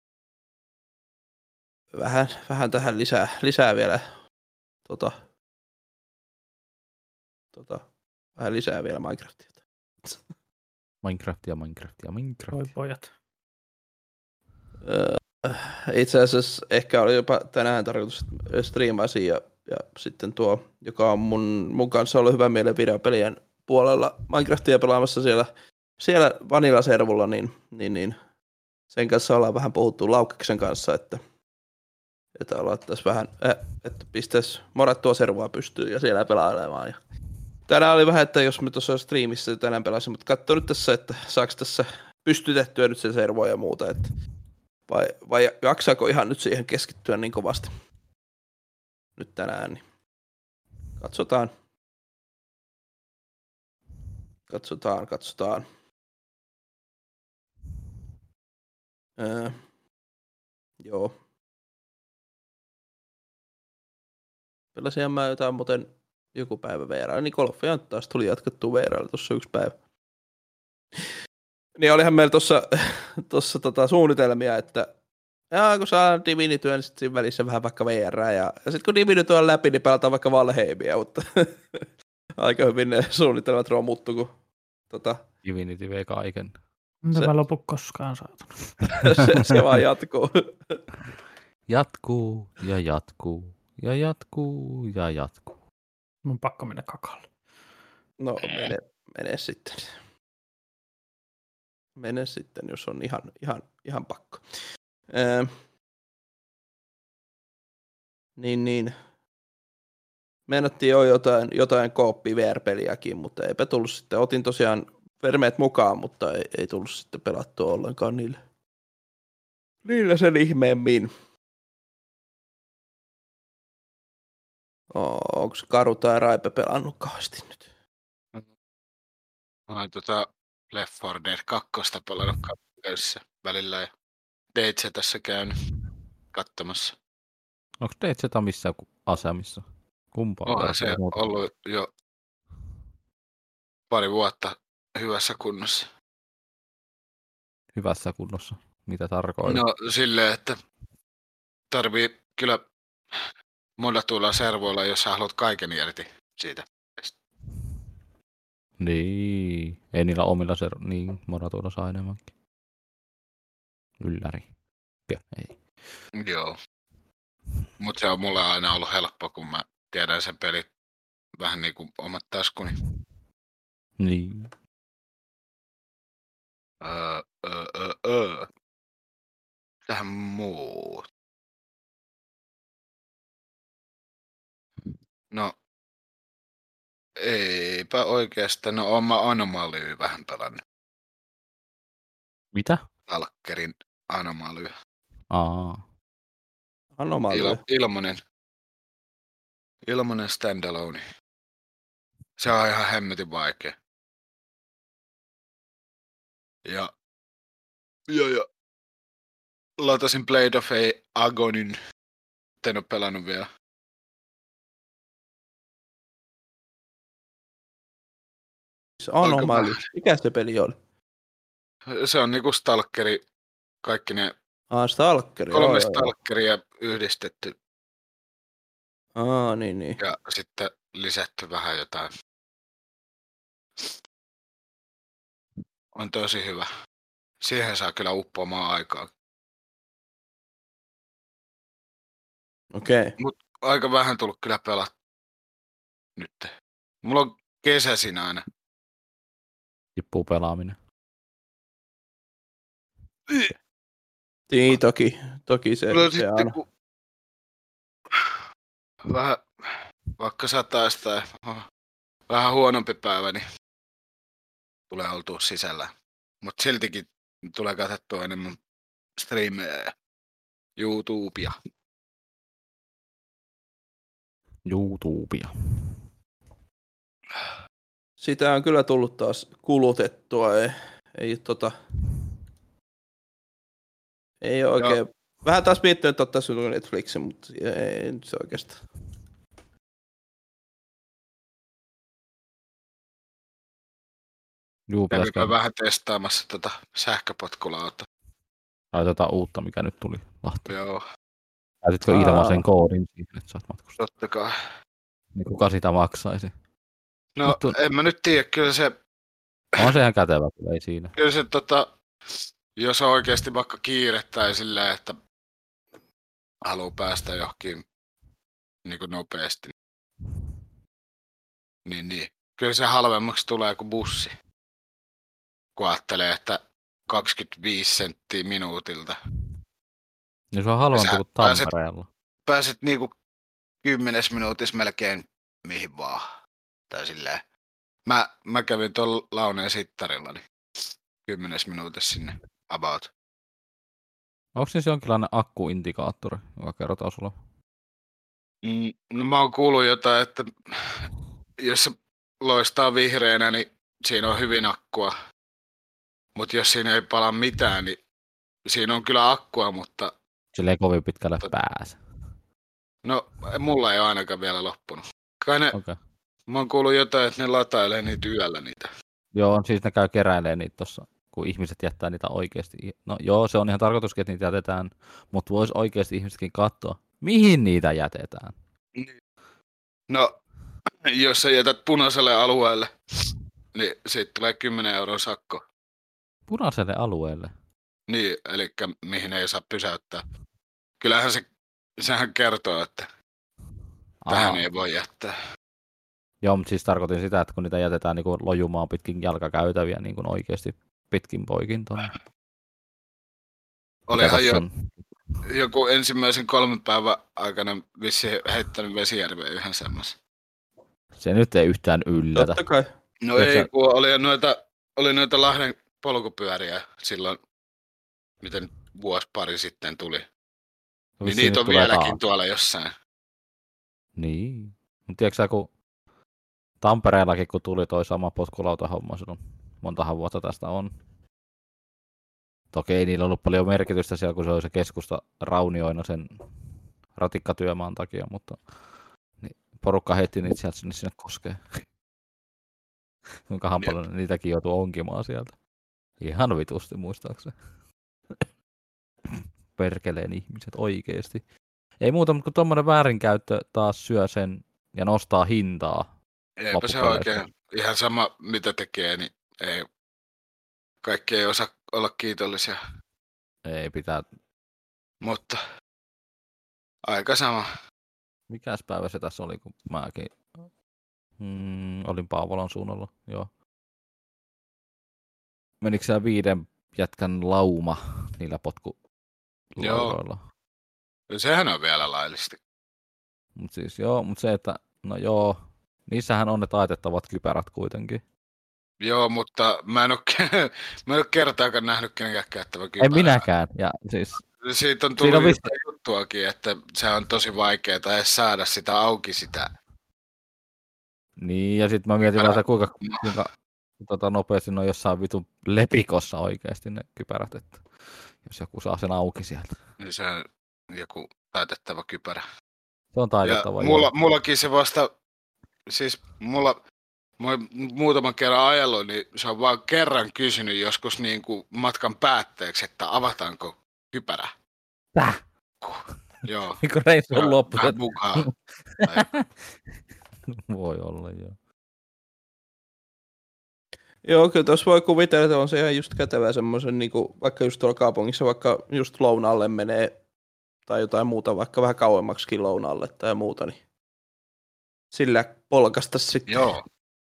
Vähän tähän lisää vielä vähän lisää vielä Minecraftia. Minecraftia. Voi pojat. Itse asiassa ehkä oli jopa tänään tarkoitus, että striimaisin ja sitten tuo, joka on mun kanssa ollut hyvä mielen videopelien puolella Minecraftia pelaamassa siellä Vanilla-servulla, niin sen kanssa ollaan vähän puhuttu Laukeksen kanssa, että aloittaisi vähän, että pistäisi modattua servua pystyyn ja siellä pelailemaan. Ja tänään oli vähän, että jos me tuossa striimissä tänään pelasin, mutta katso nyt tässä, että saako tässä pystytettyä nyt se servo ja muuta, että vai jaksaako ihan nyt siihen keskittyä niin kovasti nyt tänään, niin katsotaan. Joo. Pelasin mä jotain muuten joku päivä VR, niin golfia taas tuli jatkettua VR:llä tuossa yksi päivä. Niin olihan meillä tuossa suunnitelmia, että kun saa Divinityä, niin sitten siinä välissä vähän vaikka VR, ja sitten kun Divinity on läpi, niin pelataan vaikka Valheimia, mutta aika hyvin ne suunnitelmat romuttu, kun Divinity vei kaiken. Tämä lopu koskaan saatana. se vaan jatkuu. Jatkuu. Mun on pakko mennä kakalle. No, mene sitten. Mene sitten, jos on ihan pakko. Niin. Meinattiin jo jotain kooppia VR-peliäkin, mutta eipä tullut sitten. Otin tosiaan Vermeet mukaan, mutta ei tullut sitten pelattua ollenkaan niillä sen ihmeemmin. Onko Karu tai Raipe pelannut kauheasti nyt? Mä oon Left 4 Dead 2 pelannut kanssa välillä ja Deitse tässä käynyt katsomassa. Onko Deitseta missään asemissa? Kumpaa? Onhan se ollut jo pari vuotta hyvässä kunnossa. Hyvässä kunnossa? Mitä tarkoittaa? No silleen, että tarvii kyllä modatuilla servoilla, jos sä haluat kaiken irti siitä. Niin, ei niillä omilla niin modatuilla saa enemmänkin. Ylläri. Ei. Joo. Mutta se on mulle aina ollut helppo, kun mä tiedän sen pelit vähän niin kuin omat taskuni. Niin. Tähän muut. No, eipä oikeastaan. No, oon mä Anomalyä vähän pelannut. Mitä? Talkkerin Anomalyä. Anomalia. Ilmanen standalone. Se on ihan hemmetin vaikea. Ja latasin Blade of Agonin. En ole pelannut vielä. Anomalia. Mikä se peli oli? Se on niinku Stalkeri. Kaikki ne Stalkeri. 3 Stalkeria yhdistetty. Niin. Ja sitten lisätty vähän jotain. On tosi hyvä. Siihen saa kyllä uppoamaan aikaa. Okei. Mut aika vähän tullut kyllä pelata nyt. Mulla on kesäisin aina. Tippuu pelaaminen. Niin, Toki se Kyllä se sitten aina. kun vähän vaikka sataisi tai vähän huonompi päivä, niin tulee oltua sisällä. Mutta siltikin tulee katsottua enemmän striimejä ja YouTubea. YouTubea. Sitä on kyllä tullut taas kulutettua. Ei ole oikein. Joo. Vähän taas miettinyt, että ottaisi Netflixin, mutta ei nyt se oikeastaan. Juu, pitäisikö Kävipä vähän testaamassa sähköpotkulauta. tai uutta, mikä nyt tuli Lahteen. Joo, Käytitkö ilmaisen koodin siihen, että saat matkustaa? totta kai. Niin kuka sitä maksaisi? No, Mutta en mä nyt tiedä, kyllä se on se ihan kätevä, kyllä ei siinä. Kyllä se, jos on oikeasti vaikka kiire tai silleen, että haluaa päästä johonkin niin kuin nopeasti, niin kyllä se halvemmaksi tulee kuin bussi. Kun ajattelee, että 25 senttiä minuutilta. Niin se on halvempi kuin Tampereella. Pääset niinku 10 minuutissa melkein mihin vaan. Tai silleen. Mä kävin tuolla Launeen sittarilla, niin 10 minuutissa sinne about. Onko siis jonkinlainen akkuindikaattori, joka kerrotaan sulla? No mä oon kuullut jotain, että jos se loistaa vihreänä, niin siinä on hyvin akkua. Mutta jos siinä ei pala mitään, niin siinä on kyllä akkua, mutta Sillä ei kovin pitkälle pääse. no mulla ei ole ainakaan vielä loppunut. Kai ne, Okay. mä oon kuullut jotain, että ne latailee niitä yöllä niitä. Joo, siis ne käy keräilemään niitä tossa, kun ihmiset jättää niitä oikeasti. No joo, se on ihan tarkoituskin, että niitä jätetään, mutta vois oikeasti ihmisetkin katsoa, mihin niitä jätetään. No, jos sä jätät punaiselle alueelle, niin siitä tulee 10 € sakko. Punaiselle alueelle. Niin, eli mihin ei saa pysäyttää. Kyllähän sehän kertoo, että tähän ei voi jättää. Joo, mutta siis tarkoitin sitä, että kun niitä jätetään niin kuin lojumaan pitkin jalkakäytäviä niin kuin oikeasti pitkin poikin tuonne. Olihan joku ensimmäisen 3 päivän aikana vissiin heittänyt Vesijärveen yhden semmoisen. Se nyt ei yhtään yllätä. Totta kai. No ei, kun oli noita Lahden polkupyöriä silloin, miten vuosi pari sitten tuli. No, niin niitä on vieläkin tuolla jossain. Niin. Mutta tiedätkö sä, kun Tampereellakin, kun tuli toi sama potkulautahomma silloin, montahan vuotta tästä on. Toki ei niillä ollut paljon merkitystä siellä, kun se oli se keskusta raunioina sen ratikkatyömaan takia, mutta niin porukka heitti niitä sieltä sinne koskeen. Kuinkahan paljon niitäkin joutuu onkimaan sieltä. Ihan vitusti muistaakseni. Perkeleen ihmiset oikeesti. Ei muuta, mutta kun tommonen väärinkäyttö taas syö sen ja nostaa hintaa. Eipä se oikein. Ihan sama mitä tekee, niin ei. Kaikki ei osaa olla kiitollisia. Ei pitää. Mutta aika sama. Mikäs päivä se tässä oli, kun mäkin olin Paavolon suunnalla, joo. Menikö siellä 5 jätkän lauma niillä potkulaudoilla? Joo. Sehän on vielä laillisesti. Mut siis joo, mutta se, että no joo, niissähän on ne taitettavat kypärät kuitenkin. Joo, mutta mä en ole kertaakaan nähnyt kenenkään käyttävän kypärää. En minäkään, ja siis siitä on tullut juttuakin, että se on tosi vaikeaa edes saada sitä auki sitä. Niin, ja sitten mä mietin vaan, kuinka nopeasti ne on jossain vitun lepikossa oikeasti ne kypärät, että jos joku saa sen auki sieltä. Niin se on joku taitettava kypärä. Se on taitettava. Mullakin se vasta, siis mulla muutaman kerran ajellut, niin se on vaan kerran kysynyt joskus niin kuin matkan päätteeksi, että avataanko kypärä. Joo. Niin kuin reissu on loppu. Mukaan. Voi olla, joo. Joo, kyllä tuossa voi kuvitella, että on se ihan just kätevä semmoisen, niin kuin, vaikka just tuolla kaupungissa, vaikka just lounaalle menee, tai jotain muuta, vaikka vähän kauemmaksikin lounaalle tai muuta, niin sillä polkasta sitten. Joo.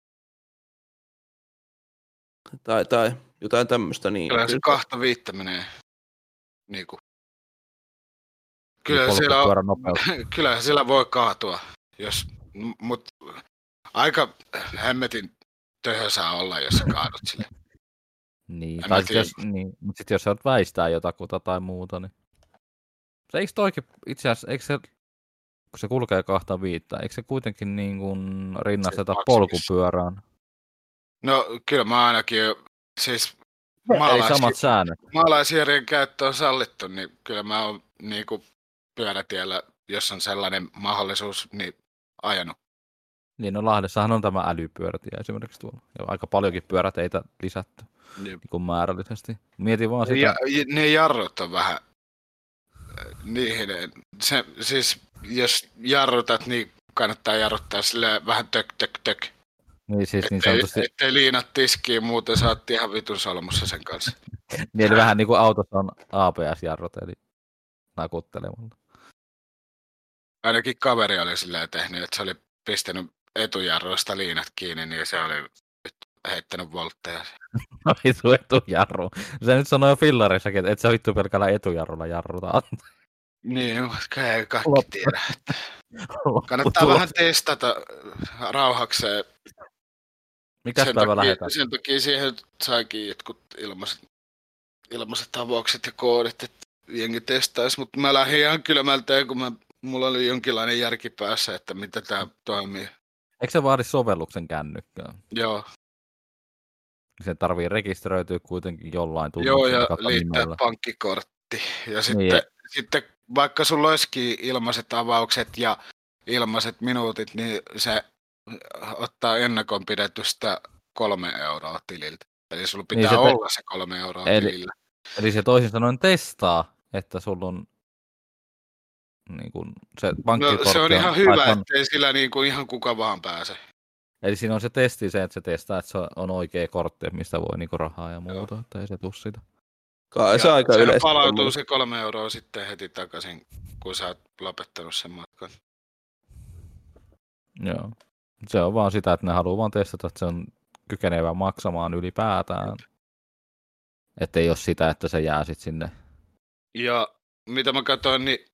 Tai jotain tämmöistä. Niin kyllä se 2-5 menee niin kuin polkupyörän nopeus. Kyllä siellä voi kaatua, mutta aika hemmetin töhö saa olla, jos sä kaadut sille. Niin, tai mutta sitten jos sä oot väistää jotakuta tai muuta, niin... Eikö toikin itse asiassa, kun se kulkee 2.5, eikö se kuitenkin niin kuin rinnasteta polkupyörään? No kyllä mä ainakin, siis Eli samat säännöt. maalaisjärjen käyttö on sallittu, niin kyllä mä oon niinku pyörätiellä, jos on sellainen mahdollisuus, niin ajanut. Niin, no Lahdessahan on tämä älypyörätie esimerkiksi tuolla. Ja aika paljonkin pyöräteitä lisätty niin kuin määrällisesti. Mietin vaan sitä. Ne jarrut on vähän niihin. Siis jos jarrutat, niin kannattaa jarruttaa silleen vähän tök. Niin siis niin sanotusti. Ettei liinat tiskiin, muuten saat ihan vitun solmussa sen kanssa. Niin eli vähän niin kuin autossa on ABS-jarrut, eli nakuttelemalla. Ainakin kaveri oli silleen tehnyt, että se oli pistänyt etujarruista liinat kiinni, niin se oli heittänyt voltteja. No vittu etujarru. Se nyt sanoi jo fillarissakin, että et sä vittu pelkällä etujarrulla jarruta. Niin, mutta ei kaikki tiedä. Kannattaa vähän testata rauhakseen. Mikäs päivä lähdetään? Sen takia siihen saikin jotkut ilmaiset avaukset ja koodit, että jengi testaisi, mutta mä lähdin ihan kylmältä, kun mulla oli jonkinlainen järki päässä, että miten tämä toimii. Eikö se vaadi sovelluksen kännykkään? Joo. Se tarvii rekisteröityä kuitenkin jollain tunnuksella. Joo, ja liittää pankkikortti. Ja sitten vaikka sulla olisikin ilmaiset avaukset ja ilmaiset minuutit, niin se ottaa ennakon pidetystä 3 euroa tililtä. Eli sulla pitää niin olla se 3 euroa tilillä. Eli se toisin sanoen testaa, että sulla on niin kuin se pankkikortti. No, se on ihan hyvä, ettei sillä niin kuin ihan kuka vaan pääse. Eli siinä on se testi, se, että se testaa, että se on oikea kortti, mistä voi niinku rahaa ja muuta, että ei se tuu siitä. Kai se aika yleistä. Palautuu se 3 euroa sitten heti takaisin, kun sä oot lopettanut sen matkan. Joo. Se on vaan sitä, että ne haluaa vaan testata, että se on kykenevä maksamaan ylipäätään. Että ei ole sitä, että se jää sitten sinne. Ja mitä mä katsoin, niin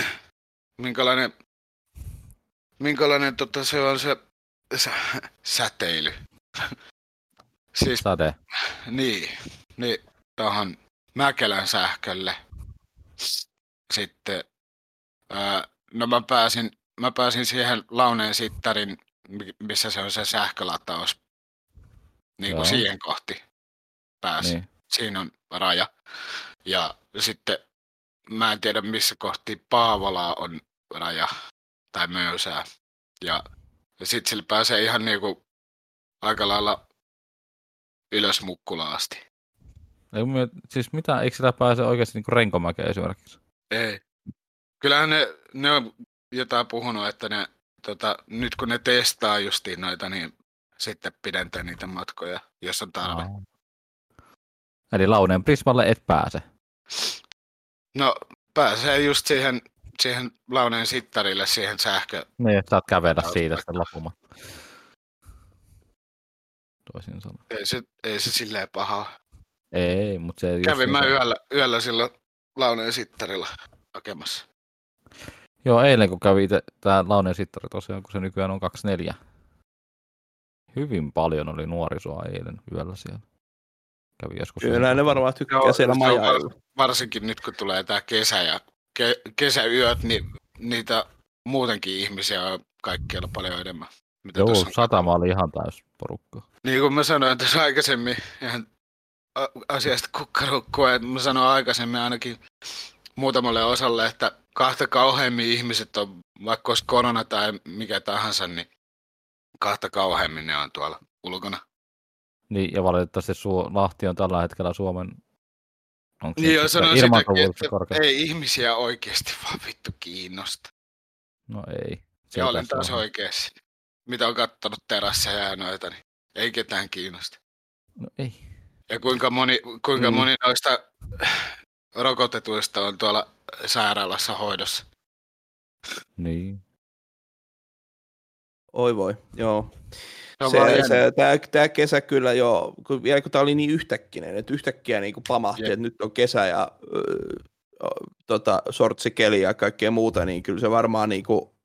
minkälainen se on se säteily. Siis, Sade. Niin tuohon Mäkelän sähkölle. Sitten, no mä pääsin siihen Launeen Sittarin, missä se on se sähkölataus. Niin kuin siihen kohti pääsin. Niin. Siinä on raja. Ja sitten mä en tiedä missä kohti Paavolaa on raja tai Möysää. Ja sitten sillä pääsee ihan niinku aika lailla ylös Mukkulaan asti. Siis mitä, eikö sitä pääse oikeasti niinku Renkomäkeen esimerkiksi? Ei. Kyllähän ne on jotain puhunut, että ne nyt kun ne testaa justiin noita, niin sitten pidentää niitä matkoja, jos on tarve. Eli Launeen Prismalle et pääse? No pääsee just siihen Launeen Sittarille, siihen sähkö. Niin, että saat kävellä siitä sitten lopumatta. Toisin sanoen. Ei se silleen pahaa. Ei, mutta se... Kävin mä yöllä silloin Launeen Sittarilla hakemassa. Joo, eilen kun kävi tää Launeen Sittari tosiaan, kun se nykyään on 24. Hyvin paljon oli nuorisoa eilen yöllä siellä. Kävi joskus. Kyllä ne varmaan tykkää siellä majailla. Varsinkin nyt kun tulee tää kesä ja kesäyöt, niin niitä muutenkin ihmisiä on kaikkialla paljon enemmän. Joo, satama oli ihan täys porukka. Niin kuin mä sanoin tässä aikaisemmin, ihan asiasta kukkarukkua, että mä sanoin aikaisemmin ainakin muutamalle osalle, että kahta kauheammin ihmiset on, vaikka olisi korona tai mikä tahansa, niin kahta kauheammin ne on tuolla ulkona. Niin, ja valitettavasti Lahti on tällä hetkellä Suomen... Niin, ja sanon sitäkin, että ei ihmisiä oikeasti vaan vittu kiinnosta. No ei. Ja olen taas oikeassa. Mitä on kattonut terasseja ja noita, niin ei ketään kiinnosta. No ei. Ja kuinka moni noista rokotetuista on tuolla sairaalassa hoidossa. Niin. Oi voi, joo. Tämä kesä kyllä vielä kun tämä oli niin yhtäkkinen, että yhtäkkiä niin kuin pamahti, että nyt on kesä ja sortsikeliä ja kaikkea muuta, niin kyllä se varmaan niinku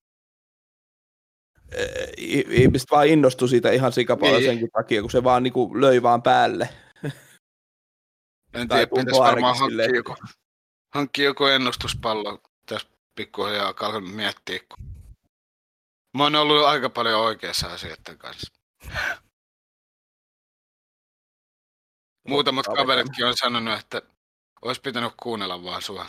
ihmiset vaan innostui siitä ihan sikapaljon senkin takia, kun se vaan niinku löi vaan päälle. En Tai tiedä, tuntuu pitäisi varmaan ainakin silleen, hankkia joku ennustuspallo. Tässä pikkuhiljaa alkaa miettiä. Mä oon ollut aika paljon oikeassa asioiden kanssa. Muutamat kaveritkin on sanonut, että olisi pitänyt kuunnella vaan sua.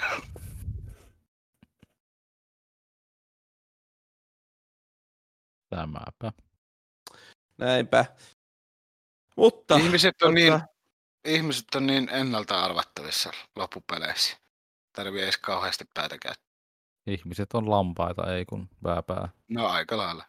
Tämäpä. Näinpä. Mutta ihmiset on niin ennalta arvattavissa loppupeleissä. Tarvii edes kauheasti päätä käyttää. Ihmiset on lampaita, ei kun pääpää. No aika lailla.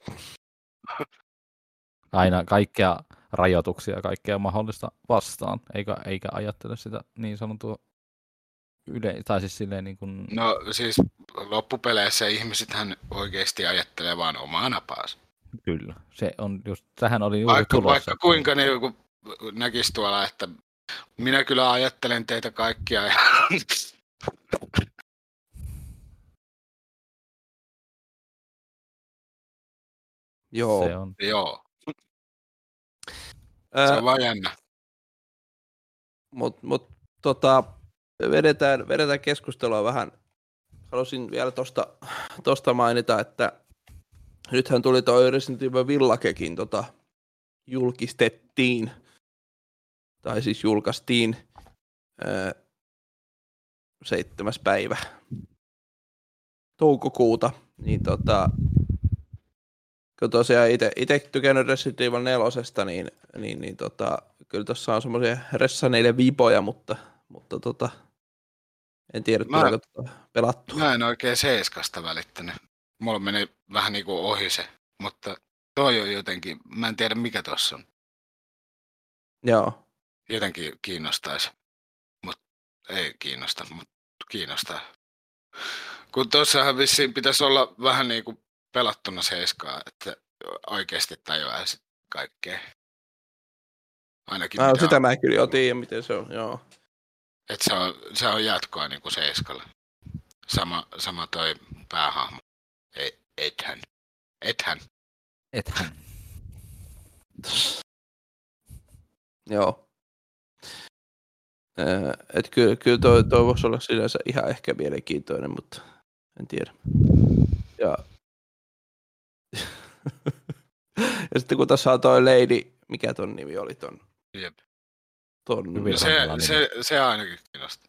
Aina kaikkea rajoituksia, kaikkea mahdollista vastaan, eikä ajattele sitä niin sanottua tai siis silleen niin kuin... No siis loppupeleissä ihmisethän oikeasti ajattelee vaan omaa napaansa. Kyllä, se on just, tähän oli juuri tulossa. Vaikka kuinka ne joku näkisi tuolla, että minä kyllä ajattelen teitä kaikkia. Joo. Se on. Joo. Se on vaan jännä. Vedetään keskustelua vähän. Haluaisin vielä tosta mainita, että nythän tuli toi Resident Evil Villagekin julkistettiin, tai siis julkaistiin 7. päivä toukokuuta, niin kun tosiaan itse tykännyt Resident Evil 4:sta, niin kyllä tuossa on semmoisia ressaneille vipoja, mutta en tiedä, tuleeko pelattua. Mä en oikein 7:sta välittänyt. Mulla meni vähän niinku ohi se, mutta toi on jotenkin, mä en tiedä mikä tossa on. Joo. Jotenkin kiinnostaisi, mutta ei kiinnosta, mutta kiinnostaa. Kun tossahan vissiin pitäisi olla vähän niinku pelattuna 7, että oikeasti tajuaisi kaikkea. Ainakin sitä mä kyllä jo tiedän, miten se on, joo. Että se on jatkoa niinku 7. Sama toi päähahmo. Ethän. Joo. Et kyllä toi voisi olla sinänsä ihan ehkä mielenkiintoinen, mutta en tiedä. Ja ja sitten kun tässä on toi Lady, mikä ton nimi oli ton? Jep. Se ainakin kiinnostaa.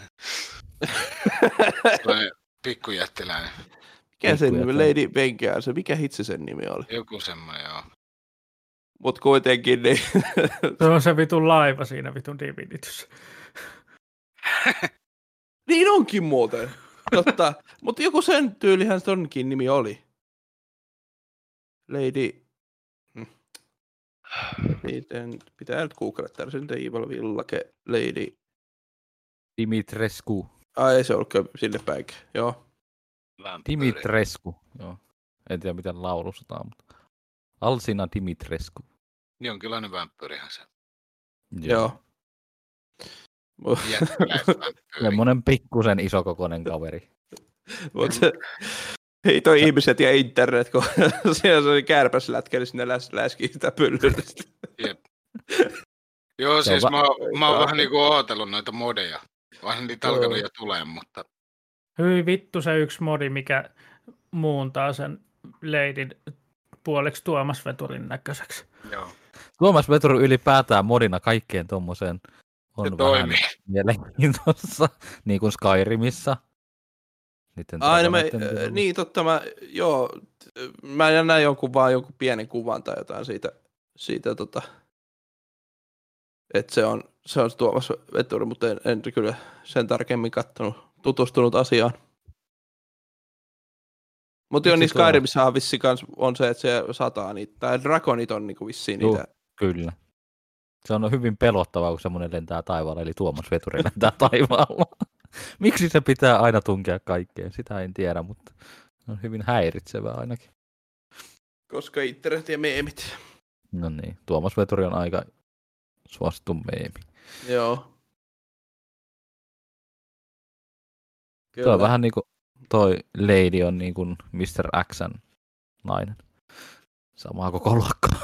Pikkujättiläinen. Mikä sen nimi? Lady Benkää, se mikä hitsi sen nimi oli? Joku semmoinen, joo. Mut kuitenkin niin. Se on se vitun laiva siinä vitun Divinityssä. Niin onkin muuten. Totta. Mutta joku sen tyylihän tonkin nimi oli. Lady. Pitää nyt googlettaa Resident Evil Village Lady Dimitrescu. Ai se on sinne päin. Joo. Dimitrescu. Joo. En tiedä miten laulustetaan, mutta Alsina Dimitrescu. Jonkinlainen vampyyrihän se. Joo. Semmoinen pikkusen isokokoinen kaveri. Mutta ei toi ihmiset ja internet, kun siellä se oli kärpäslätkä, niin sinne läski sitä pyllystä. Jep. Joo, siis mä oon vähän niinku ootellut noita modeja. Vähän niitä alkanut jo tulemaan, mutta... Hyi vittu se yksi modi, mikä muuntaa sen Ladyn puoleksi Tuomas Veturin näköiseksi. Joo. Tuomas Veturi ylipäätään modina kaikkeen tommoseen on se vähän toimii. mielenkiintoista, niin kuin Skyrimissa. Niin totta, mä näin jonkun pienen kuvan tai jotain siitä että se on Tuomas Veturi, mutta en kyllä sen tarkemmin tutustunut asiaan. Mutta jo niin Skyrimissahan vissi kans on se, että se sataa niitä, tai dragonit on niinku vissiin niitä. Kyllä. Se on hyvin pelottavaa, kun semmoinen lentää taivaalla, eli Tuomas Veturi lentää taivaalla. Miksi se pitää aina tunkea kaikkeen? Sitä en tiedä, mutta on hyvin häiritsevää ainakin. Koska internet ja meemit. No niin, Tuomas Veturi on aika suosittu meemi. Joo. Tuo on vähän niinku toi Lady on niinku Mr. Xn nainen. Samaa koko luokkaa.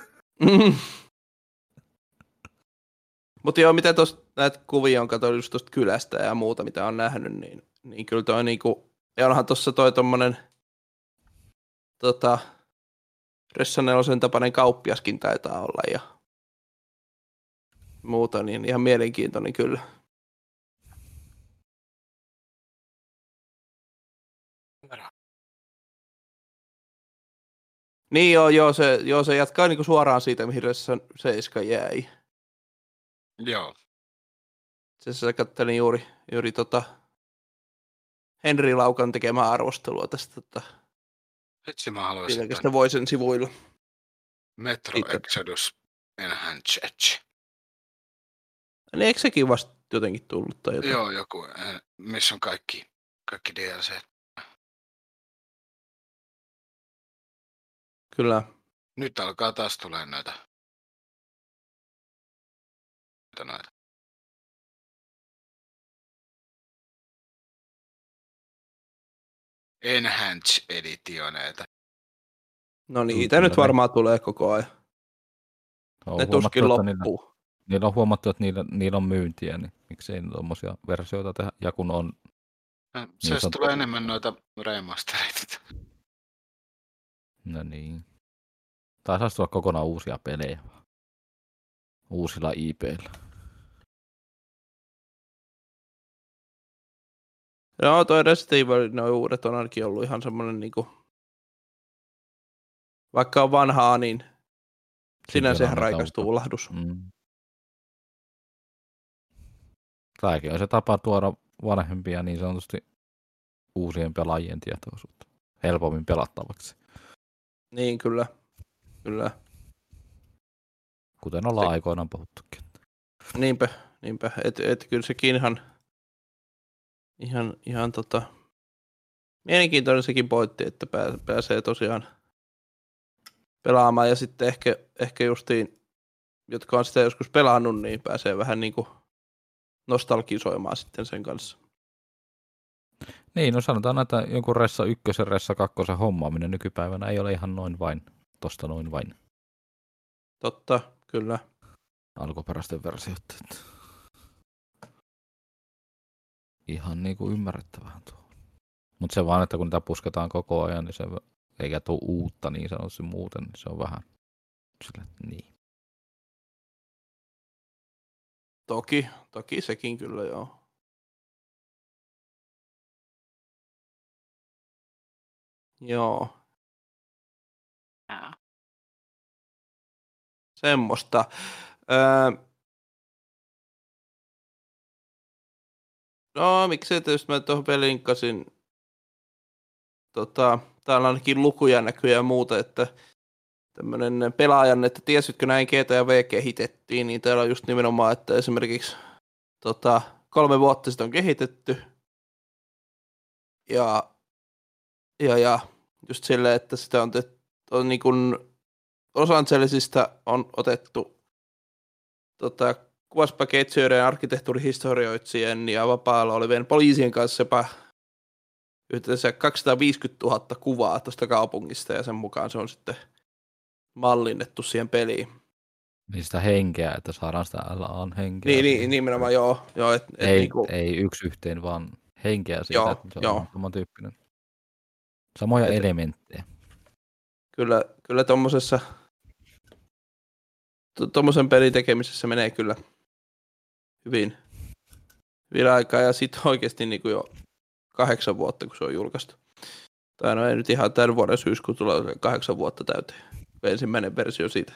Mutta joo, mitä tuosta näitä kuvia on katsonut just tuosta kylästä ja muuta, mitä on nähnyt, niin kyllä toi niinku, ja onhan tuossa toi tommonen Ressanelosen tapainen kauppiaskin taitaa olla ja muuta, niin ihan mielenkiintoinen kyllä. Niin joo, se jatkaa niinku suoraan siitä, mihin Ressan 7 jäi. Joo. Se katselin juuri Henri Laukan tekemää arvostelua tästä Itse mä haluaisin sitä Voicen sivuilla. Metro Exodus Enhanced. Niin eikö sekin vasta jotenkin tullut tai jotain? Joo, joku, missä on kaikki DLC. Kyllä. Nyt alkaa taas tulee näitä. Enhanced editioneita. No niitä nyt varmaan tulee koko ajan. Ne tuskin loppuu. Niillä on huomattu, että niillä on myyntiä, niin miksei tuommoisia versioita tehdä. Ja kun on... Se niin tulee enemmän noita remastereita. No niin. Tai saisi tulla kokonaan uusia pelejä. Uusilla IP:illä. Joo, toi Resident Evil, noi uudet on ainakin ollut ihan semmoinen niinku... Vaikka on vanhaa, niin sinänsä ihan raikas tuulahdus. Tämäkin on se tapa tuoda vanhempia niin sanotusti uusien pelaajien tietoisuutta helpommin pelattavaksi. Niin, kyllä. Kuten ollaan aikoinaan puhuttukin. Niinpä. Et kyllä sekin ihan mielenkiintoinen sekin pointti, että pääsee tosiaan pelaamaan ja sitten ehkä justiin, jotka on sitä joskus pelannut, niin pääsee vähän niinku nostalgisoimaan sitten sen kanssa. Niin, no sanotaan, että jonkun Ressa 1 ja Ressa 2 hommaaminen nykypäivänä ei ole ihan noin vain. Totta, kyllä. Alkuperäisten versioiden. Ihan niinku ymmärrettävää tuo. Mutta se vaan, että kun niitä pusketaan koko ajan, niin se eikä tule uutta niin sanotusti muuten, niin se on vähän sille, niin. Toki sekin kyllä, joo. Joo. Semmosta. No, miksei tietysti mä tuohon linkkasin. Täällä ainakin lukuja näkyy ja muuta, että tämmönen pelaajan, että tiesitkö näin GTA V kehitettiin, niin täällä on just nimenomaan, että esimerkiksi 3 vuotta sitten on kehitetty. Ja just silleen, että sitä on niin kuin Los Angelesista on otettu kuvaspaketsijoiden, arkkitehtuurihistorioitsijan ja vapaalla olevien poliisien kanssa jopa yhteensä 250 000 kuvaa tuosta kaupungista ja sen mukaan se on sitten mallinnettu siihen peliin. Niin sitä henkeä, että saadaan sitä LA:n henkeä. Niin nimenomaan joo. Ei yksi yhteen, vaan henkeä siitä, että se on samantyyppinen. Samoja elementtejä. Kyllä tommosen pelin tekemisessä menee kyllä hyvin aikaa ja sitten oikeasti niin kuin jo 8 vuotta, kun se on julkaistu. Tai no ei nyt ihan tämän vuoden syyskuun tulee 8 vuotta täyteen. Ensimmäinen versio siitä.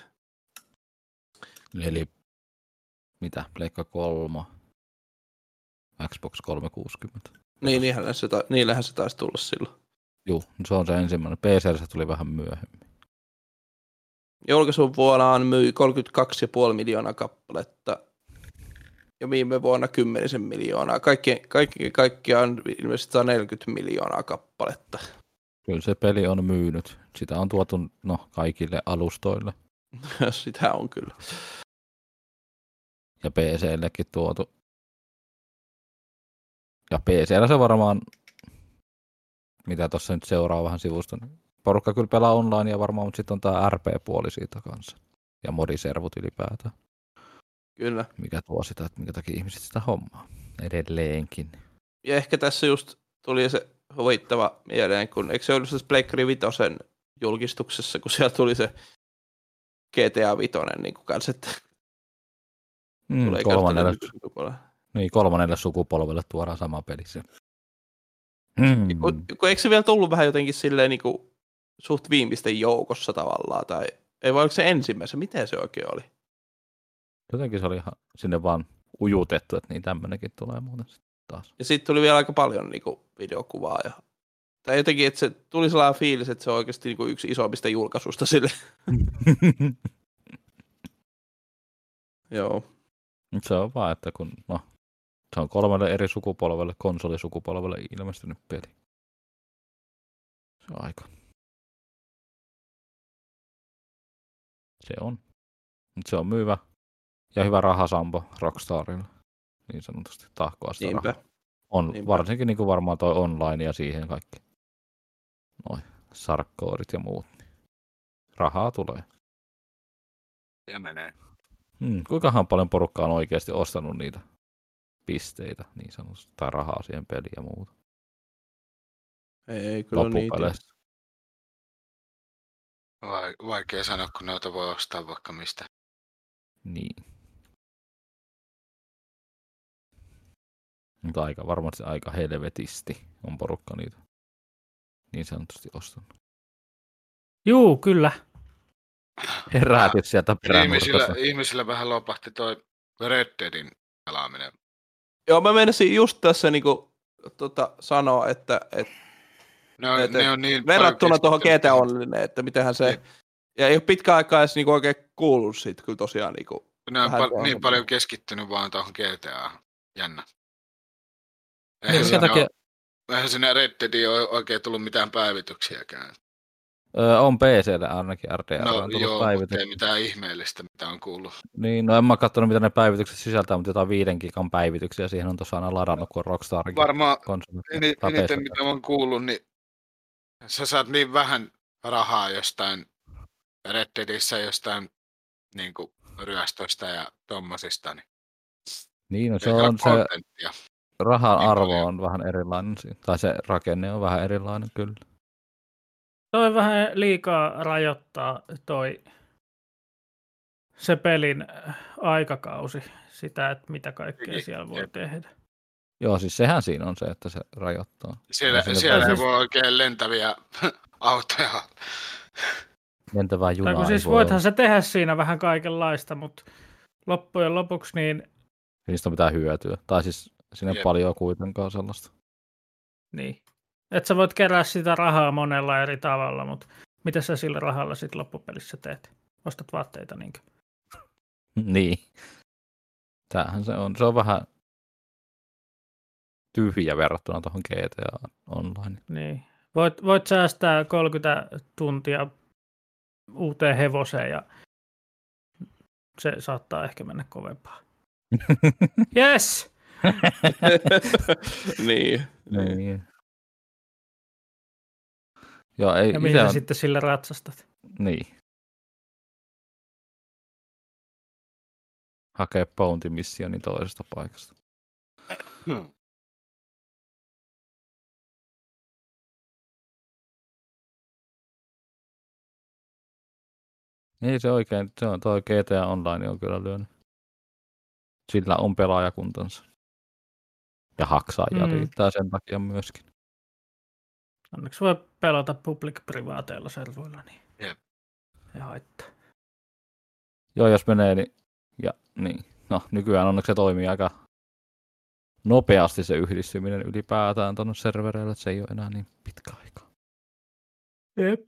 Eli mitä? Pleikka 3, Xbox 360. Niin, niillähän se taisi tulla silloin. Joo, se on se ensimmäinen. PC:ssä tuli vähän myöhemmin. Julkaisun vuonna myi 32,5 miljoonaa kappaletta ja viime vuonna 10 miljoonaa. Kaikkiaan ilmeisesti 140 miljoonaa kappaletta. Kyllä se peli on myynyt. Sitä on tuotu kaikille alustoille. Sitä on kyllä. Ja PC:llekin tuotu. Ja PC:llä se varmaan, mitä tuossa nyt seuraa vähän sivusta, niin porukka kyllä pelaa online ja varmaan, mutta sitten on tämä RP-puoli siitä kanssa. Ja modiservut ylipäätään. Kyllä. Mikä tuo sitä, että minkä takia ihmiset sitä hommaa edelleenkin. Ja ehkä tässä just tuli se huvittava mieleen, kun eikö se ollut se Pleikkari Vitosen julkistuksessa, kun siellä tuli se GTA Vitoinen niin kuin kanssa, että tulee kolmannelle sukupolvelle tuodaan sama peli. Kun eikö se vielä tullut vähän jotenkin silleen niin kuin suht viimeisten joukossa tavallaan, tai ei vai oliko se ensimmäisen, miten se oikein oli? Jotenkin se oli ihan sinne vaan ujutettu, että niin tämmönenkin tulee muuten taas. Ja sitten tuli vielä aika paljon niin kuin videokuvaa. Tai jotenkin, että se tuli sellainen fiilis, että se on oikeasti niin kuin yksi isommista julkaisusta sille. Joo. Se on vaan, että kun se on 3 eri sukupolvelle, konsolisukupolvelle ilmestynyt peli. Se on aika. Se on. Mutta se on myyvä ja hyvä rahasampo Rockstarille. Niin sanotusti tahkoa sitä rahaa. Varsinkin niin kuin varmaan toi online ja siihen kaikki. Noi sarkkoodit ja muut. Niin rahaa tulee. Ja menee. Kuinkahan paljon porukkaa on oikeasti ostanut niitä pisteitä niin sanotusti, tai rahaa siihen peliin ja muuta. Ei kyllä niitä. Vaikea sanoa, kun noita voi ostaa vaikka mistä. Niin. Mutta varmasti aika helvetisti on porukka niitä niin sanotusti ostanut. Juu, kyllä. Herätit sieltä perään. Ihmisillä vähän lopahti toi Red Deadin pelaaminen. Joo, mä menisin just tässä niinku, sanoa, että ne on niin verrattuna tuohon GTA Online, että mitenhän se... Ja ei ole pitkä aikaa edes niinku oikein kuullut siitä kyllä tosiaan. Niinku, ne on niin paljon keskittynyt vaan tuohon GTA. Jännä. Eihän siinä Red Deadiin ole oikein tullut mitään päivityksiäkään. On PC:llä ainakin RDR on tullut päivitys. Ei mitään ihmeellistä, mitä on kuullut. Niin, en mä katsonut, mitä ne päivitykset sisältää, mutta jotain 5 gigan päivityksiä siihen on tuossa aina ladannut, kun on Rockstarkin. Varmaan eniten, mitä on kuullut, niin sä saat niin vähän rahaa jostain Red Deadissä, jostain niin kuin ryöstöistä ja tommosista. Niin, no se on se rahan arvo on vähän erilainen, tai se rakenne on vähän erilainen kyllä. Toi vähän liikaa rajoittaa se pelin aikakausi, sitä, että mitä kaikkea siellä voi tehdä. Joo, siis sehän siinä on se, että se rajoittaa. Siellä ei voi oikein lentäviä autoja. Lentävää junaa siis voithan se tehdä siinä vähän kaikenlaista, mutta loppujen lopuksi niin... Niistä on mitään hyötyä. Tai siis siinä ei paljon kuitenkaan sellaista. Niin. Että sä voit kerää sitä rahaa monella eri tavalla, mutta mitä sä sillä rahalla sitten loppupelissä teet? Ostat vaatteita niinkö? Niin. Tämähän se on. Se on vähän tyhjä verrattuna tuohon GTA Online. Niin. Voit säästää 30 tuntia uuteen hevoseen ja se saattaa ehkä mennä kovempaa. Yes! Niin. Joo, ei, ja mihin sitten sillä ratsastat? Niin. Hakee bounty-missionin toisesta paikasta. Ei se oikein, se on toi GTA Online on kyllä lyönyt. Sillä on pelaajakuntansa. Ja haksaajia riittää sen takia myöskin. Onneksi voi pelata public-privaateilla servoilla, niin ei haittaa. Joo, jos menee, niin no nykyään onneksi se toimii aika nopeasti se yhdistyminen ylipäätään tuonne servereille, että se ei ole enää niin pitkä aika. Jep.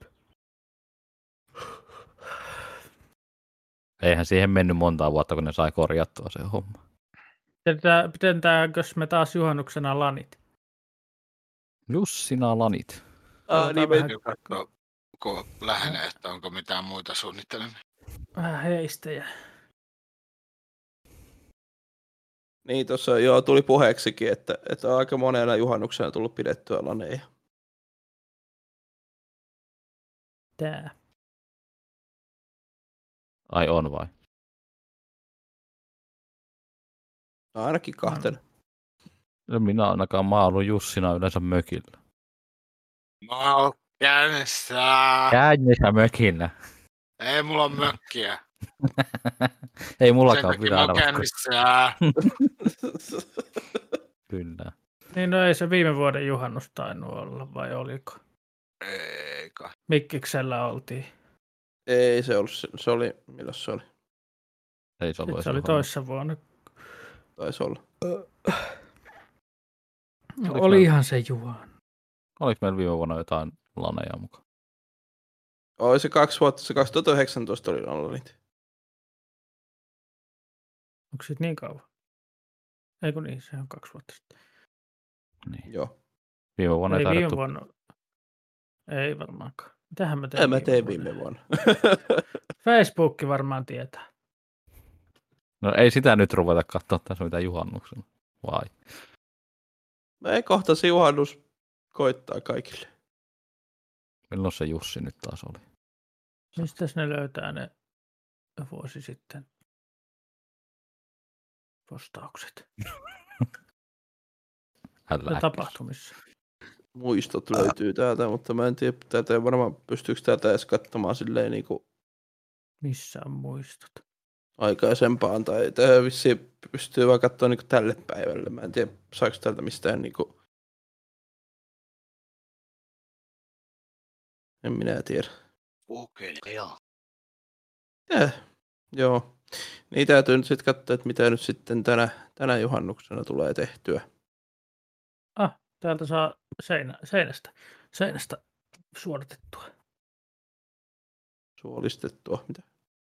Eihän siihen mennyt montaa vuotta, kun ne sai korjattua se homma. Pidentäänkös me taas juhannuksena lanit? Jussina lanit. Niin vähän katsoa, kun lähenee, että onko mitään muita suunnittelemia. Vähän heistejä. Niin, tuossa tuli puheeksikin, että on aika monena juhannuksena tullut pidettyä laneja. Tää. Ai on vai? No, ainakin 2. No minä ainakaan, mä oon ollut Jussina yleensä mökillä. Mä oon käynnissä. Käynnissä mökillä. Ei mulla on mökkiä. Ei Sen mullakaan takia mä oon pitää käynnissä. Kyllä. Niin no ei se viime vuoden juhannus tainnut olla, vai oliko? Eikä. Mikkiksellä oltiin. Ei se ollut, se oli, milloin se oli? Ei se ollut Se oli toissa vuonna. Taisi olla. Olihan se juhannus. Oliko meillä viime vuonna jotain laneja mukaan? Oli se 2 vuotta, se 2019 oli lanit. Onko siitä niin kauan? Eikö niin, se on 2 vuotta sitten. Niin. Joo. Viime vuonna Ei ei viime taidettu. vuonna. Ei varmaankaan. Mitähän mä tein? En mä tein viime vuonna. Facebook varmaan tietää. No ei sitä nyt ruveta katsoa tässä mitään juhannuksena. Vai? Ei kohta se juhannus koittaa kaikille. Milloin se Jussi nyt taas oli? Mistäs ne löytää ne vuosi sitten postaukset? Älä Tapahtumissa. Muistot löytyy täältä, mutta mä en tiedä, täältä ei varmaan pystyykö täältä edes katsomaan silleen niinku Missä on muistot? aikaisempaan, tai vissiin pystyy vaan katsoa niinku tälle päivälle. Mä en tiedä, saako täältä mistään niinku. En minä tiedä. Okei, joo. Joo. Niin täytyy nyt sitten katsoa, että mitä nyt sitten tänä juhannuksena tulee tehtyä. Täältä saa seinästä suodatettua. Suolistettua. Mitä?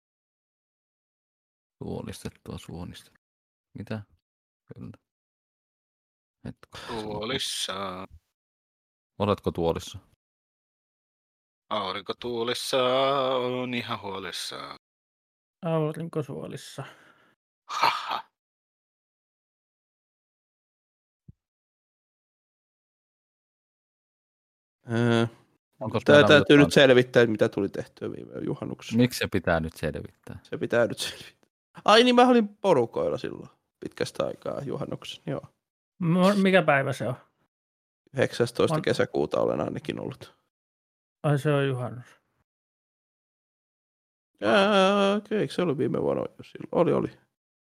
Suonistettua. Mitä? Kyllä. Hetko. Tuolissa. Oletko tuolissa? Aurinko tuulissa on ihan huolissaan. Aurinkosuolissa. Haha. Onko Tämä meillä täytyy jotain- nyt selvittää, että mitä tuli tehtyä viime juhannuksessa. Miksi se pitää nyt selvittää? Se pitää nyt selvittää. Ai niin, mä olin porukoilla silloin pitkästä aikaa juhannuksen. Joo. Mikä päivä se on? 19. kesäkuuta olen ainakin ollut. Ai se on juhannus. Okei, eikö se ollut viime vuonna jo silloin? Oli.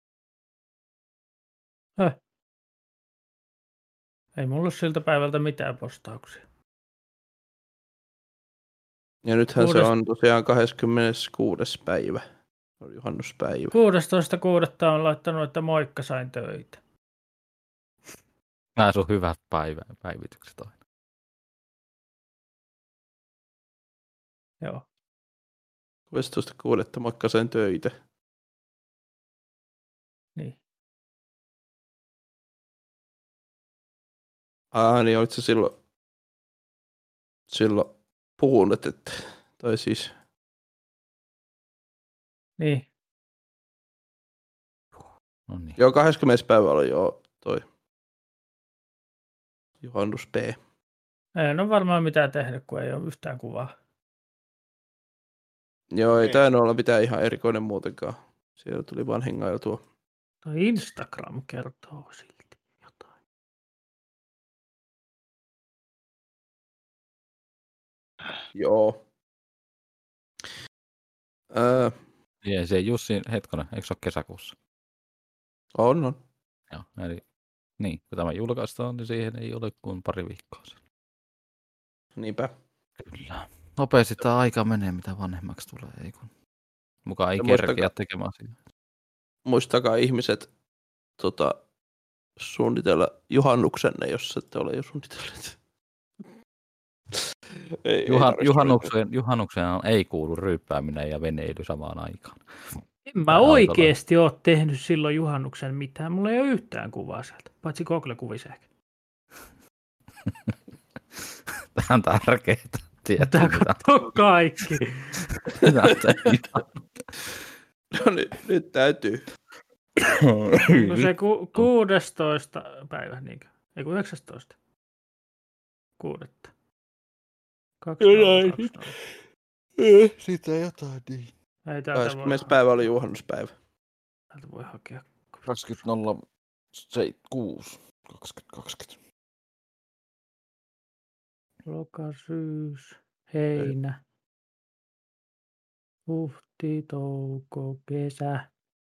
Ei mulla ole siltä päivältä mitään postauksia. Ja nythän se on tosiaan 26. päivä. Se on juhannuspäivä. 16.6. on laittanut, että moikka, sain töitä. Nämä sun hyvät päivitykset aina. Joo. 16.6. moikka sain töitä. Niin. Niin olit se silloin puhunut, että tai siis Niin. No niin. joo, 20. päivä oli jo toi juhannus B. En ole varmaan mitään tehnyt, kun ei ole yhtään kuvaa. Joo, ei tainnut olla mitään ihan erikoinen muutenkaan. Siellä tuli vaan hengailtua. Toi Instagram kertoo silti jotain. Joo. Ja se Jussi, hetkonen, eikö se ole kesäkuussa? On. Joo, eli niin, kun tämä julkaistaan, niin siihen ei ole kuin pari viikkoa sen. Niinpä. Kyllä. Nopeasti tämä aika menee, mitä vanhemmaksi tulee, ei kun. Mukaan ei Ja kerkeä tekemään asioita. Muistakaa ihmiset suunnitella juhannuksenne, jos ette ole jo suunnitelleet. Juhannukseen ei kuulu ryyppääminen ja veneily samaan aikaan. En mä oikeesti ole tehnyt silloin juhannuksen mitään. Mulla ei ole yhtään kuvaa sieltä, paitsi Google-kuvissa ehkä. Tämä on tärkeää. Tää katsoo kaikki. No nyt täytyy. Onko se 16. päivä, niinkö? Ei kun 19. 6. 2020. Sitä jotain niin. Ei täältä 20. päivä oli juhannuspäivä. Täältä voi hakea. 20.06.2020. Loka, syys, heinä, huhti, touko, kesä.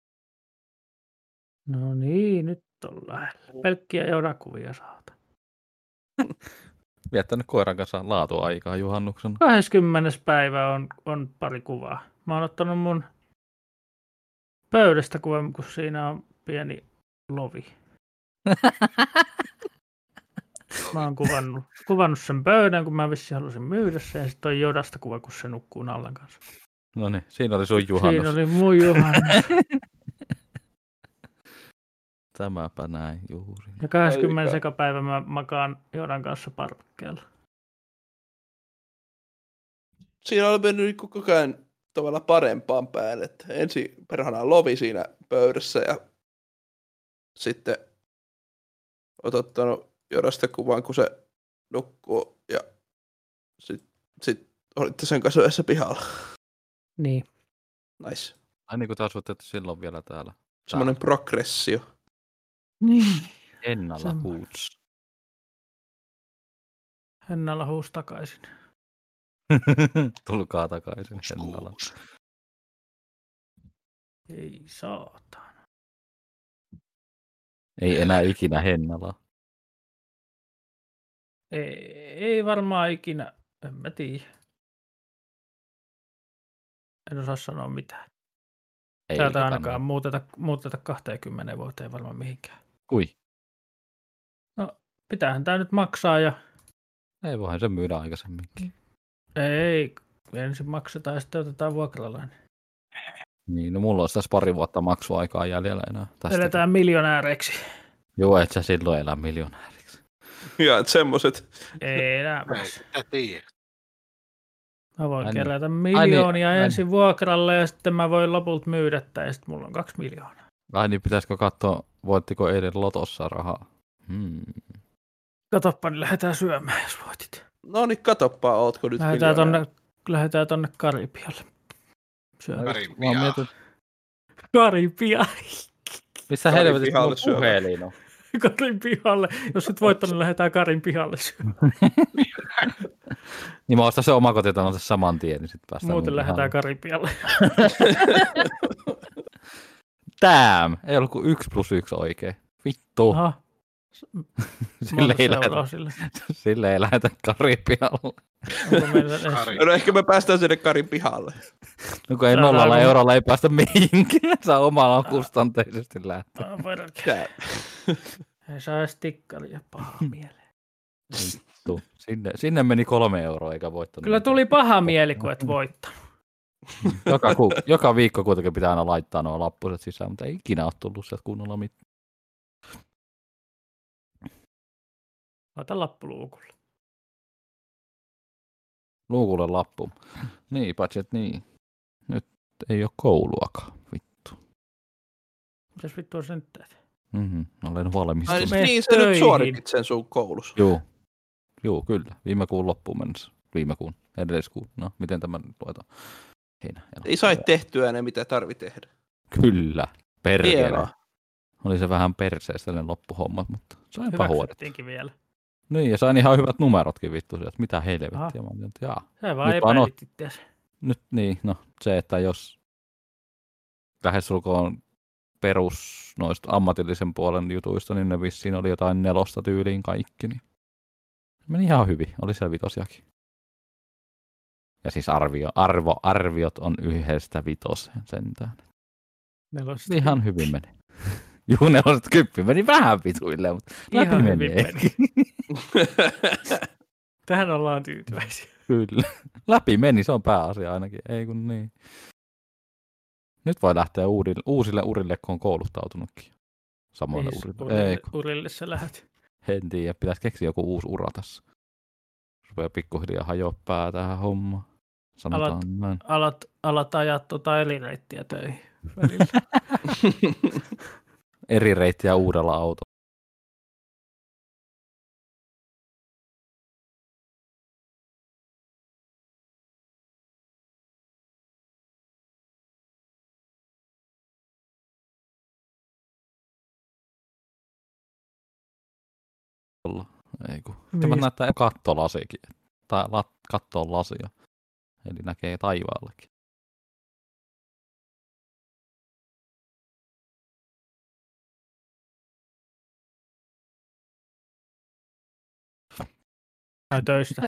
No niin, nyt on lähellä. Pelkkiä jorakuvia saata. Viettänyt koiran kanssa laatuaikaa juhannuksena. 20. päivä on pari kuvaa. Mä oon ottanut mun pöydästä kuvan, kun siinä on pieni lovi. Mä oon kuvannut sen pöydän, kun mä vissiin halusin myydä sen. Ja sitten on Jodasta kuva, kun se nukkuu Nallan kanssa. No niin, siinä oli sun juhannus. Siinä oli mun juhannus. Tämäpä näin juuri. Ja 20. päivä mä makaan Jodan kanssa parvekkeella. Siinä oli mennyt koko ajan tavallaan parempaan päin, että ensin perhana lovi siinä pöydässä ja sitten oot ottanut Jodasta kuvan, kun se nukkuu ja sit olitte sen kanssa yhdessä pihalla. Niin. Nice. Ai niin kuin te asutte silloin vielä täällä. Semmoinen progressio. Niin. Hennalla huuts. Hennalla huus takaisin. Tulkaa takaisin Hennalla. Ei saatana. Ei enää ikinä Hennalla. Ei varmaan ikinä. En mä tiedä. En osaa sanoa mitään. Ei Täältä ainakaan muuteta 20 vuoteen varmaan mihinkään. Kui? No, pitäähän tää nyt maksaa ja... Ei voihan se myydä aikaisemminkin. Ei, ensin maksetaan ja sitten otetaan vuokralainen. Niin, no mulla olisi tässä pari vuotta maksuaikaa jäljellä enää. Eletään miljonääreiksi. Joo, et sä silloin elä miljonääriksi. Ja et semmoset. Ei elämässä. Mä tiedän. Mä voin kerätä miljoonia ensin vuokralle ja sitten mä voin lopulta myydä ja sitten mulla on 2 miljoonaa. Ai niin, pitäisikö katsoa, voittiko eilen lotossa rahaa? Katoppa, niin lähdetään syömään, jos voitit. No niin, katoppa, ootko nyt Lähdetään tonne Karibialle. Karibia. Missä helvetissä mun puhelin on? Karin pihalle. Jos et voittanut, niin lähdetään Karin pihalle syömään. Niin mä ostan se omakotitalon saman tien, niin sitten päästään. Muuten lähdetään Karin pihalle. Damn! Ei ollut kuin 1+1 oikein. Vittu. Aha. Sille ei lähdetä Karin pihalle. No ehkä me päästään sinne Karin pihalle. No kun ei 0 eurolla ei päästä mihinkään. Saa omalla kustanteisesti lähteä. Ei saa edes tikkaria paha mieleen. Vittu. Sinne meni 3 euroa eikä voittanut. Kyllä tuli paha mieli, kun et voittanut. Joka viikko kuitenkin pitää aina laittaa nuo lappuset sisään, mutta ei ikinä ole tullut sieltä kunnolla mitään. Laita lappu luukulle. Luukulle lappu. Niin, paitsi että niin. Nyt ei ole kouluakaan, vittu. Mitäs vittua sä nyt teet? Olen valmistunut. Niin, sä nyt suoritit sen sun koulussa. Joo, kyllä. Viime kuun loppuun mennessä. Edelliskuun. No, miten tämä nyt luetaan? Ei sai tehtyä ne, mitä tarvi tehdä. Kyllä. Perkele. Hienoa. Oli se vähän perseestä ne loppuhommat, mutta sainpa huolettiin. Vielä. Niin, ja sain ihan hyvät numerotkin vittu sieltä. Mitä helvettiä. Mä olin, että se vaan epäilit itseäsi. Nyt niin, no se, että jos lähestulkoon perus noista ammatillisen puolen jutuista, niin ne vissiin oli jotain 4 tyyliin kaikki. Niin meni ihan hyvin. Oli siellä 5 Ja siis arviot on 1-5 sentään. 4. Ihan hyvin meni. Juu, 4-10 meni vähän vituille, mutta ihan hyvin meni. Tähän ollaan tyytyväisiä. Kyllä. Läpi meni, se on pääasia ainakin. Ei kun niin. Nyt voi lähteä uusille urille, kun on kouluttautunutkin. Samoille urille. Urille sä lähdet. En tiedä, pitäisi keksiä joku uusi ura tässä. Rupeaa pikkuhiljaa hajoa pää tähän hommaan. Alat ajaa elireittiä töihin. eri reittiä uudella autolla. Ei kun. Tämä näyttää kattolasikin. Tai katto on lasia. Eli näkee taivaallakin. Käy töistä.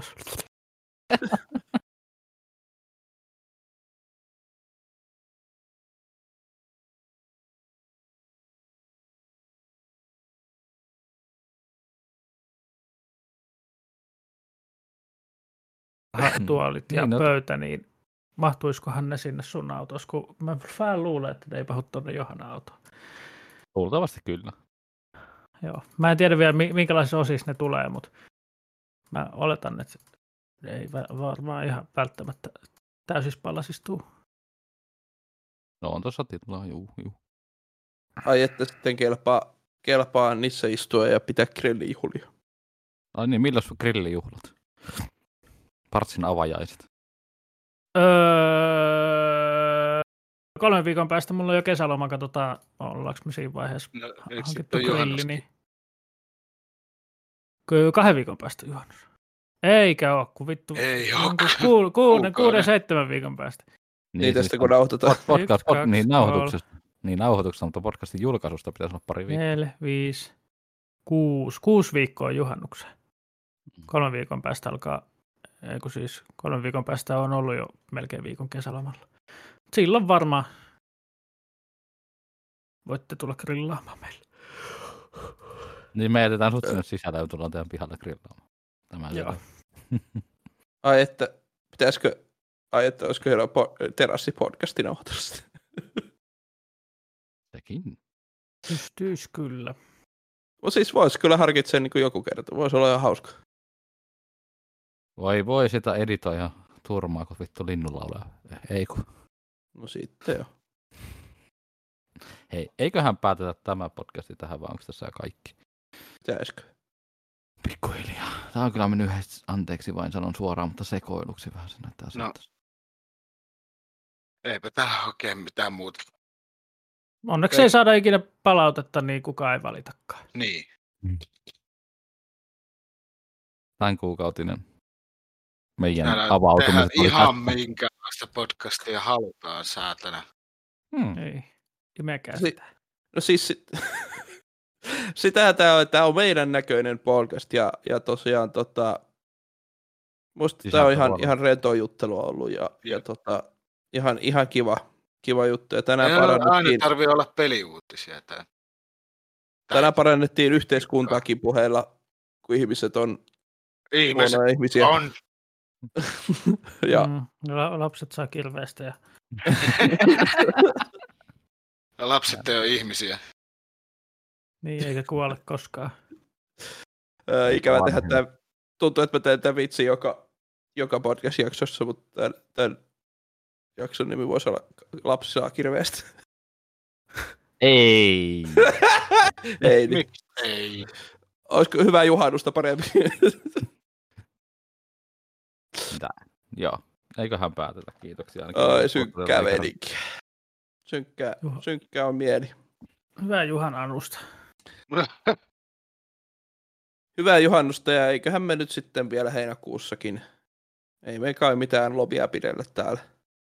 Tuolit ja Niin, pöytä, niin mahtuisikohan ne sinne sun autossa, kun mä vähän luulen, että ne ei mahdu tuonne Johannan autoon. Luultavasti kyllä. Joo. Mä en tiedä vielä, minkälaisissa osissa ne tulee, mutta mä oletan, että se ei varmaan ihan välttämättä täysispalasissa tuu. No on tuossa tilaa, juu. Ai että sitten kelpaa niissä istua ja pitää grillijuhlia. Ai niin, milloin sun grillijuhlat? Partsin avajaiset. 3 viikon päästä mulla on jo kesäloma, katsotaan, ollaanko me siinä vaiheessa hankittu grilli. Niin... 2 viikon päästä juhannus. Eikä oo, kun vittu. Ei oo. 6-7 viikon päästä. Niin tästä kun nauhoitetaan. Nauhoituksesta, mutta podcastin julkaisusta pitäisi olla pari viikkoa. 4, 5, 6 viikkoa juhannukseen. 3 viikon päästä alkaa, siis 3 viikon päästä on ollut jo melkein viikon kesälomalla. Silloin varmaan voitte tulla grillaamaan meille. Niin me jätetään sut sinne sisällä ja tullaan teidän pihalle grillaamaan. Joo. Ai että olisiko heillä terassipodcastin nauhoitusta? Sekin. Pystyis kyllä. No siis voisi kyllä harkitsen niin kuin joku kerta. Voisi olla ihan hauska. Voi sitä editoa ja turmaa, kun vittu linnunlaulaa. Ei kun. No sitten jo. Hei, eiköhän päätetä tämä podcasti tähän, vaan onko tässä kaikki? Pitäisikö? Pikkuhiljaa. Tämä on kyllä mennyt yhdessä, anteeksi vain sanon suoraan, mutta sekoiluksi vähän se näyttää saattaa. Eipä täällä oikein mitään muuta. Onneksi ei saada ikinä palautetta, niin kukaan ei valitakaan. Niin. Tämän kuukautinen meidän Täällä avautuminen tehdään ihan minkälaista podcastia halutaan, saatana. Ei, imekää sitä. No siis sitähän tämä on meidän näköinen podcast ja tosiaan musta tämä on ihan rento juttelua ollut ja ihan kiva juttu. Ja tänään aina tarvii olla peliuutisia. Tänään parannettiin yhteiskuntaakin puheella, kun ihmiset on huonoja ihmisiä. On. Ja. Lapset saa kirveestä. Ja... Lapset ei ole ihmisiä. Niin, eikä kuole koskaan. Ikävä tehdä tämä. Tuntuu, että mä teen tämän vitsin joka podcast-jaksossa, mutta tämän jakson nimi voisi olla Lapsi saa kirveestä. Ei. Ei. Niin. Ei. Olisiko hyvää juhannusta parempi? Joo. Eiköhän päätetä. Kiitoksia. Ai, synkkää meininkiä. Synkkää on mieli. Hyvää juhannusta. Hyvää juhannusta ja eiköhän me nyt sitten vielä heinäkuussakin. Ei me kai mitään lobia pidellä täällä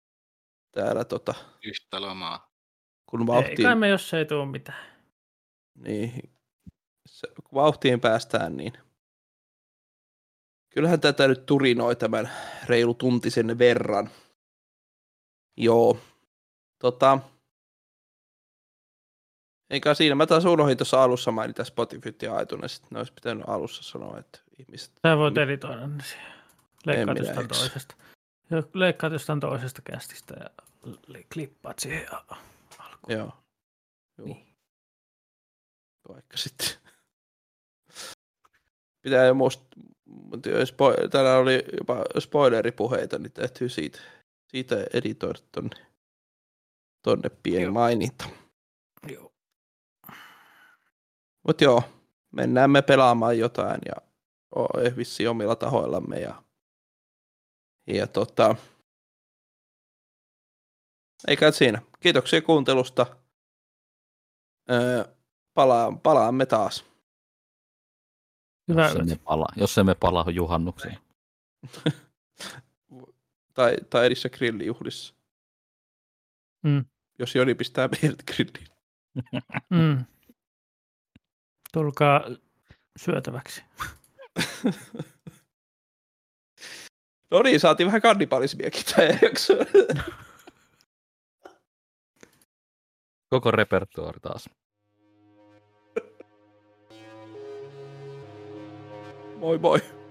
Yhtä lomaa. Kun vauhtiin... Ei kai me, jos ei tule mitään. Niin. Kun vauhtiin päästään, niin kyllähän tätä nyt turinoi tämän reilu tuntisen verran. Joo. Eikä siinä. Mä taas unohdin tuossa alussa mainita Spotifyt ja iTunesit. Ne olisi pitänyt alussa sanoa, että ihmiset... Sä voit editoida ne siihen. Leikkaat jostain toisesta kästistä ja klippaat siihen alkuun. Joo. Niin. Vaikka sitten. Pitää jo täällä oli jopa spoileripuheita, niin täytyy siitä editoida tonne pieni maininta. Joo. Mutta joo, mennään me pelaamaan jotain ja vissiin omilla tahoillamme. Ja eikä siinä. Kiitoksia kuuntelusta. Palaamme taas. Hyvä. Jos emme palaa juhannukseen. tai edissä grillijuhlissa. Jos Joni pistää meidät grilliin. Tulkaa syötäväksi. No niin, saatiin vähän kannibalismiakin tähän jaksoon. Koko repertuaari taas. Moi moi.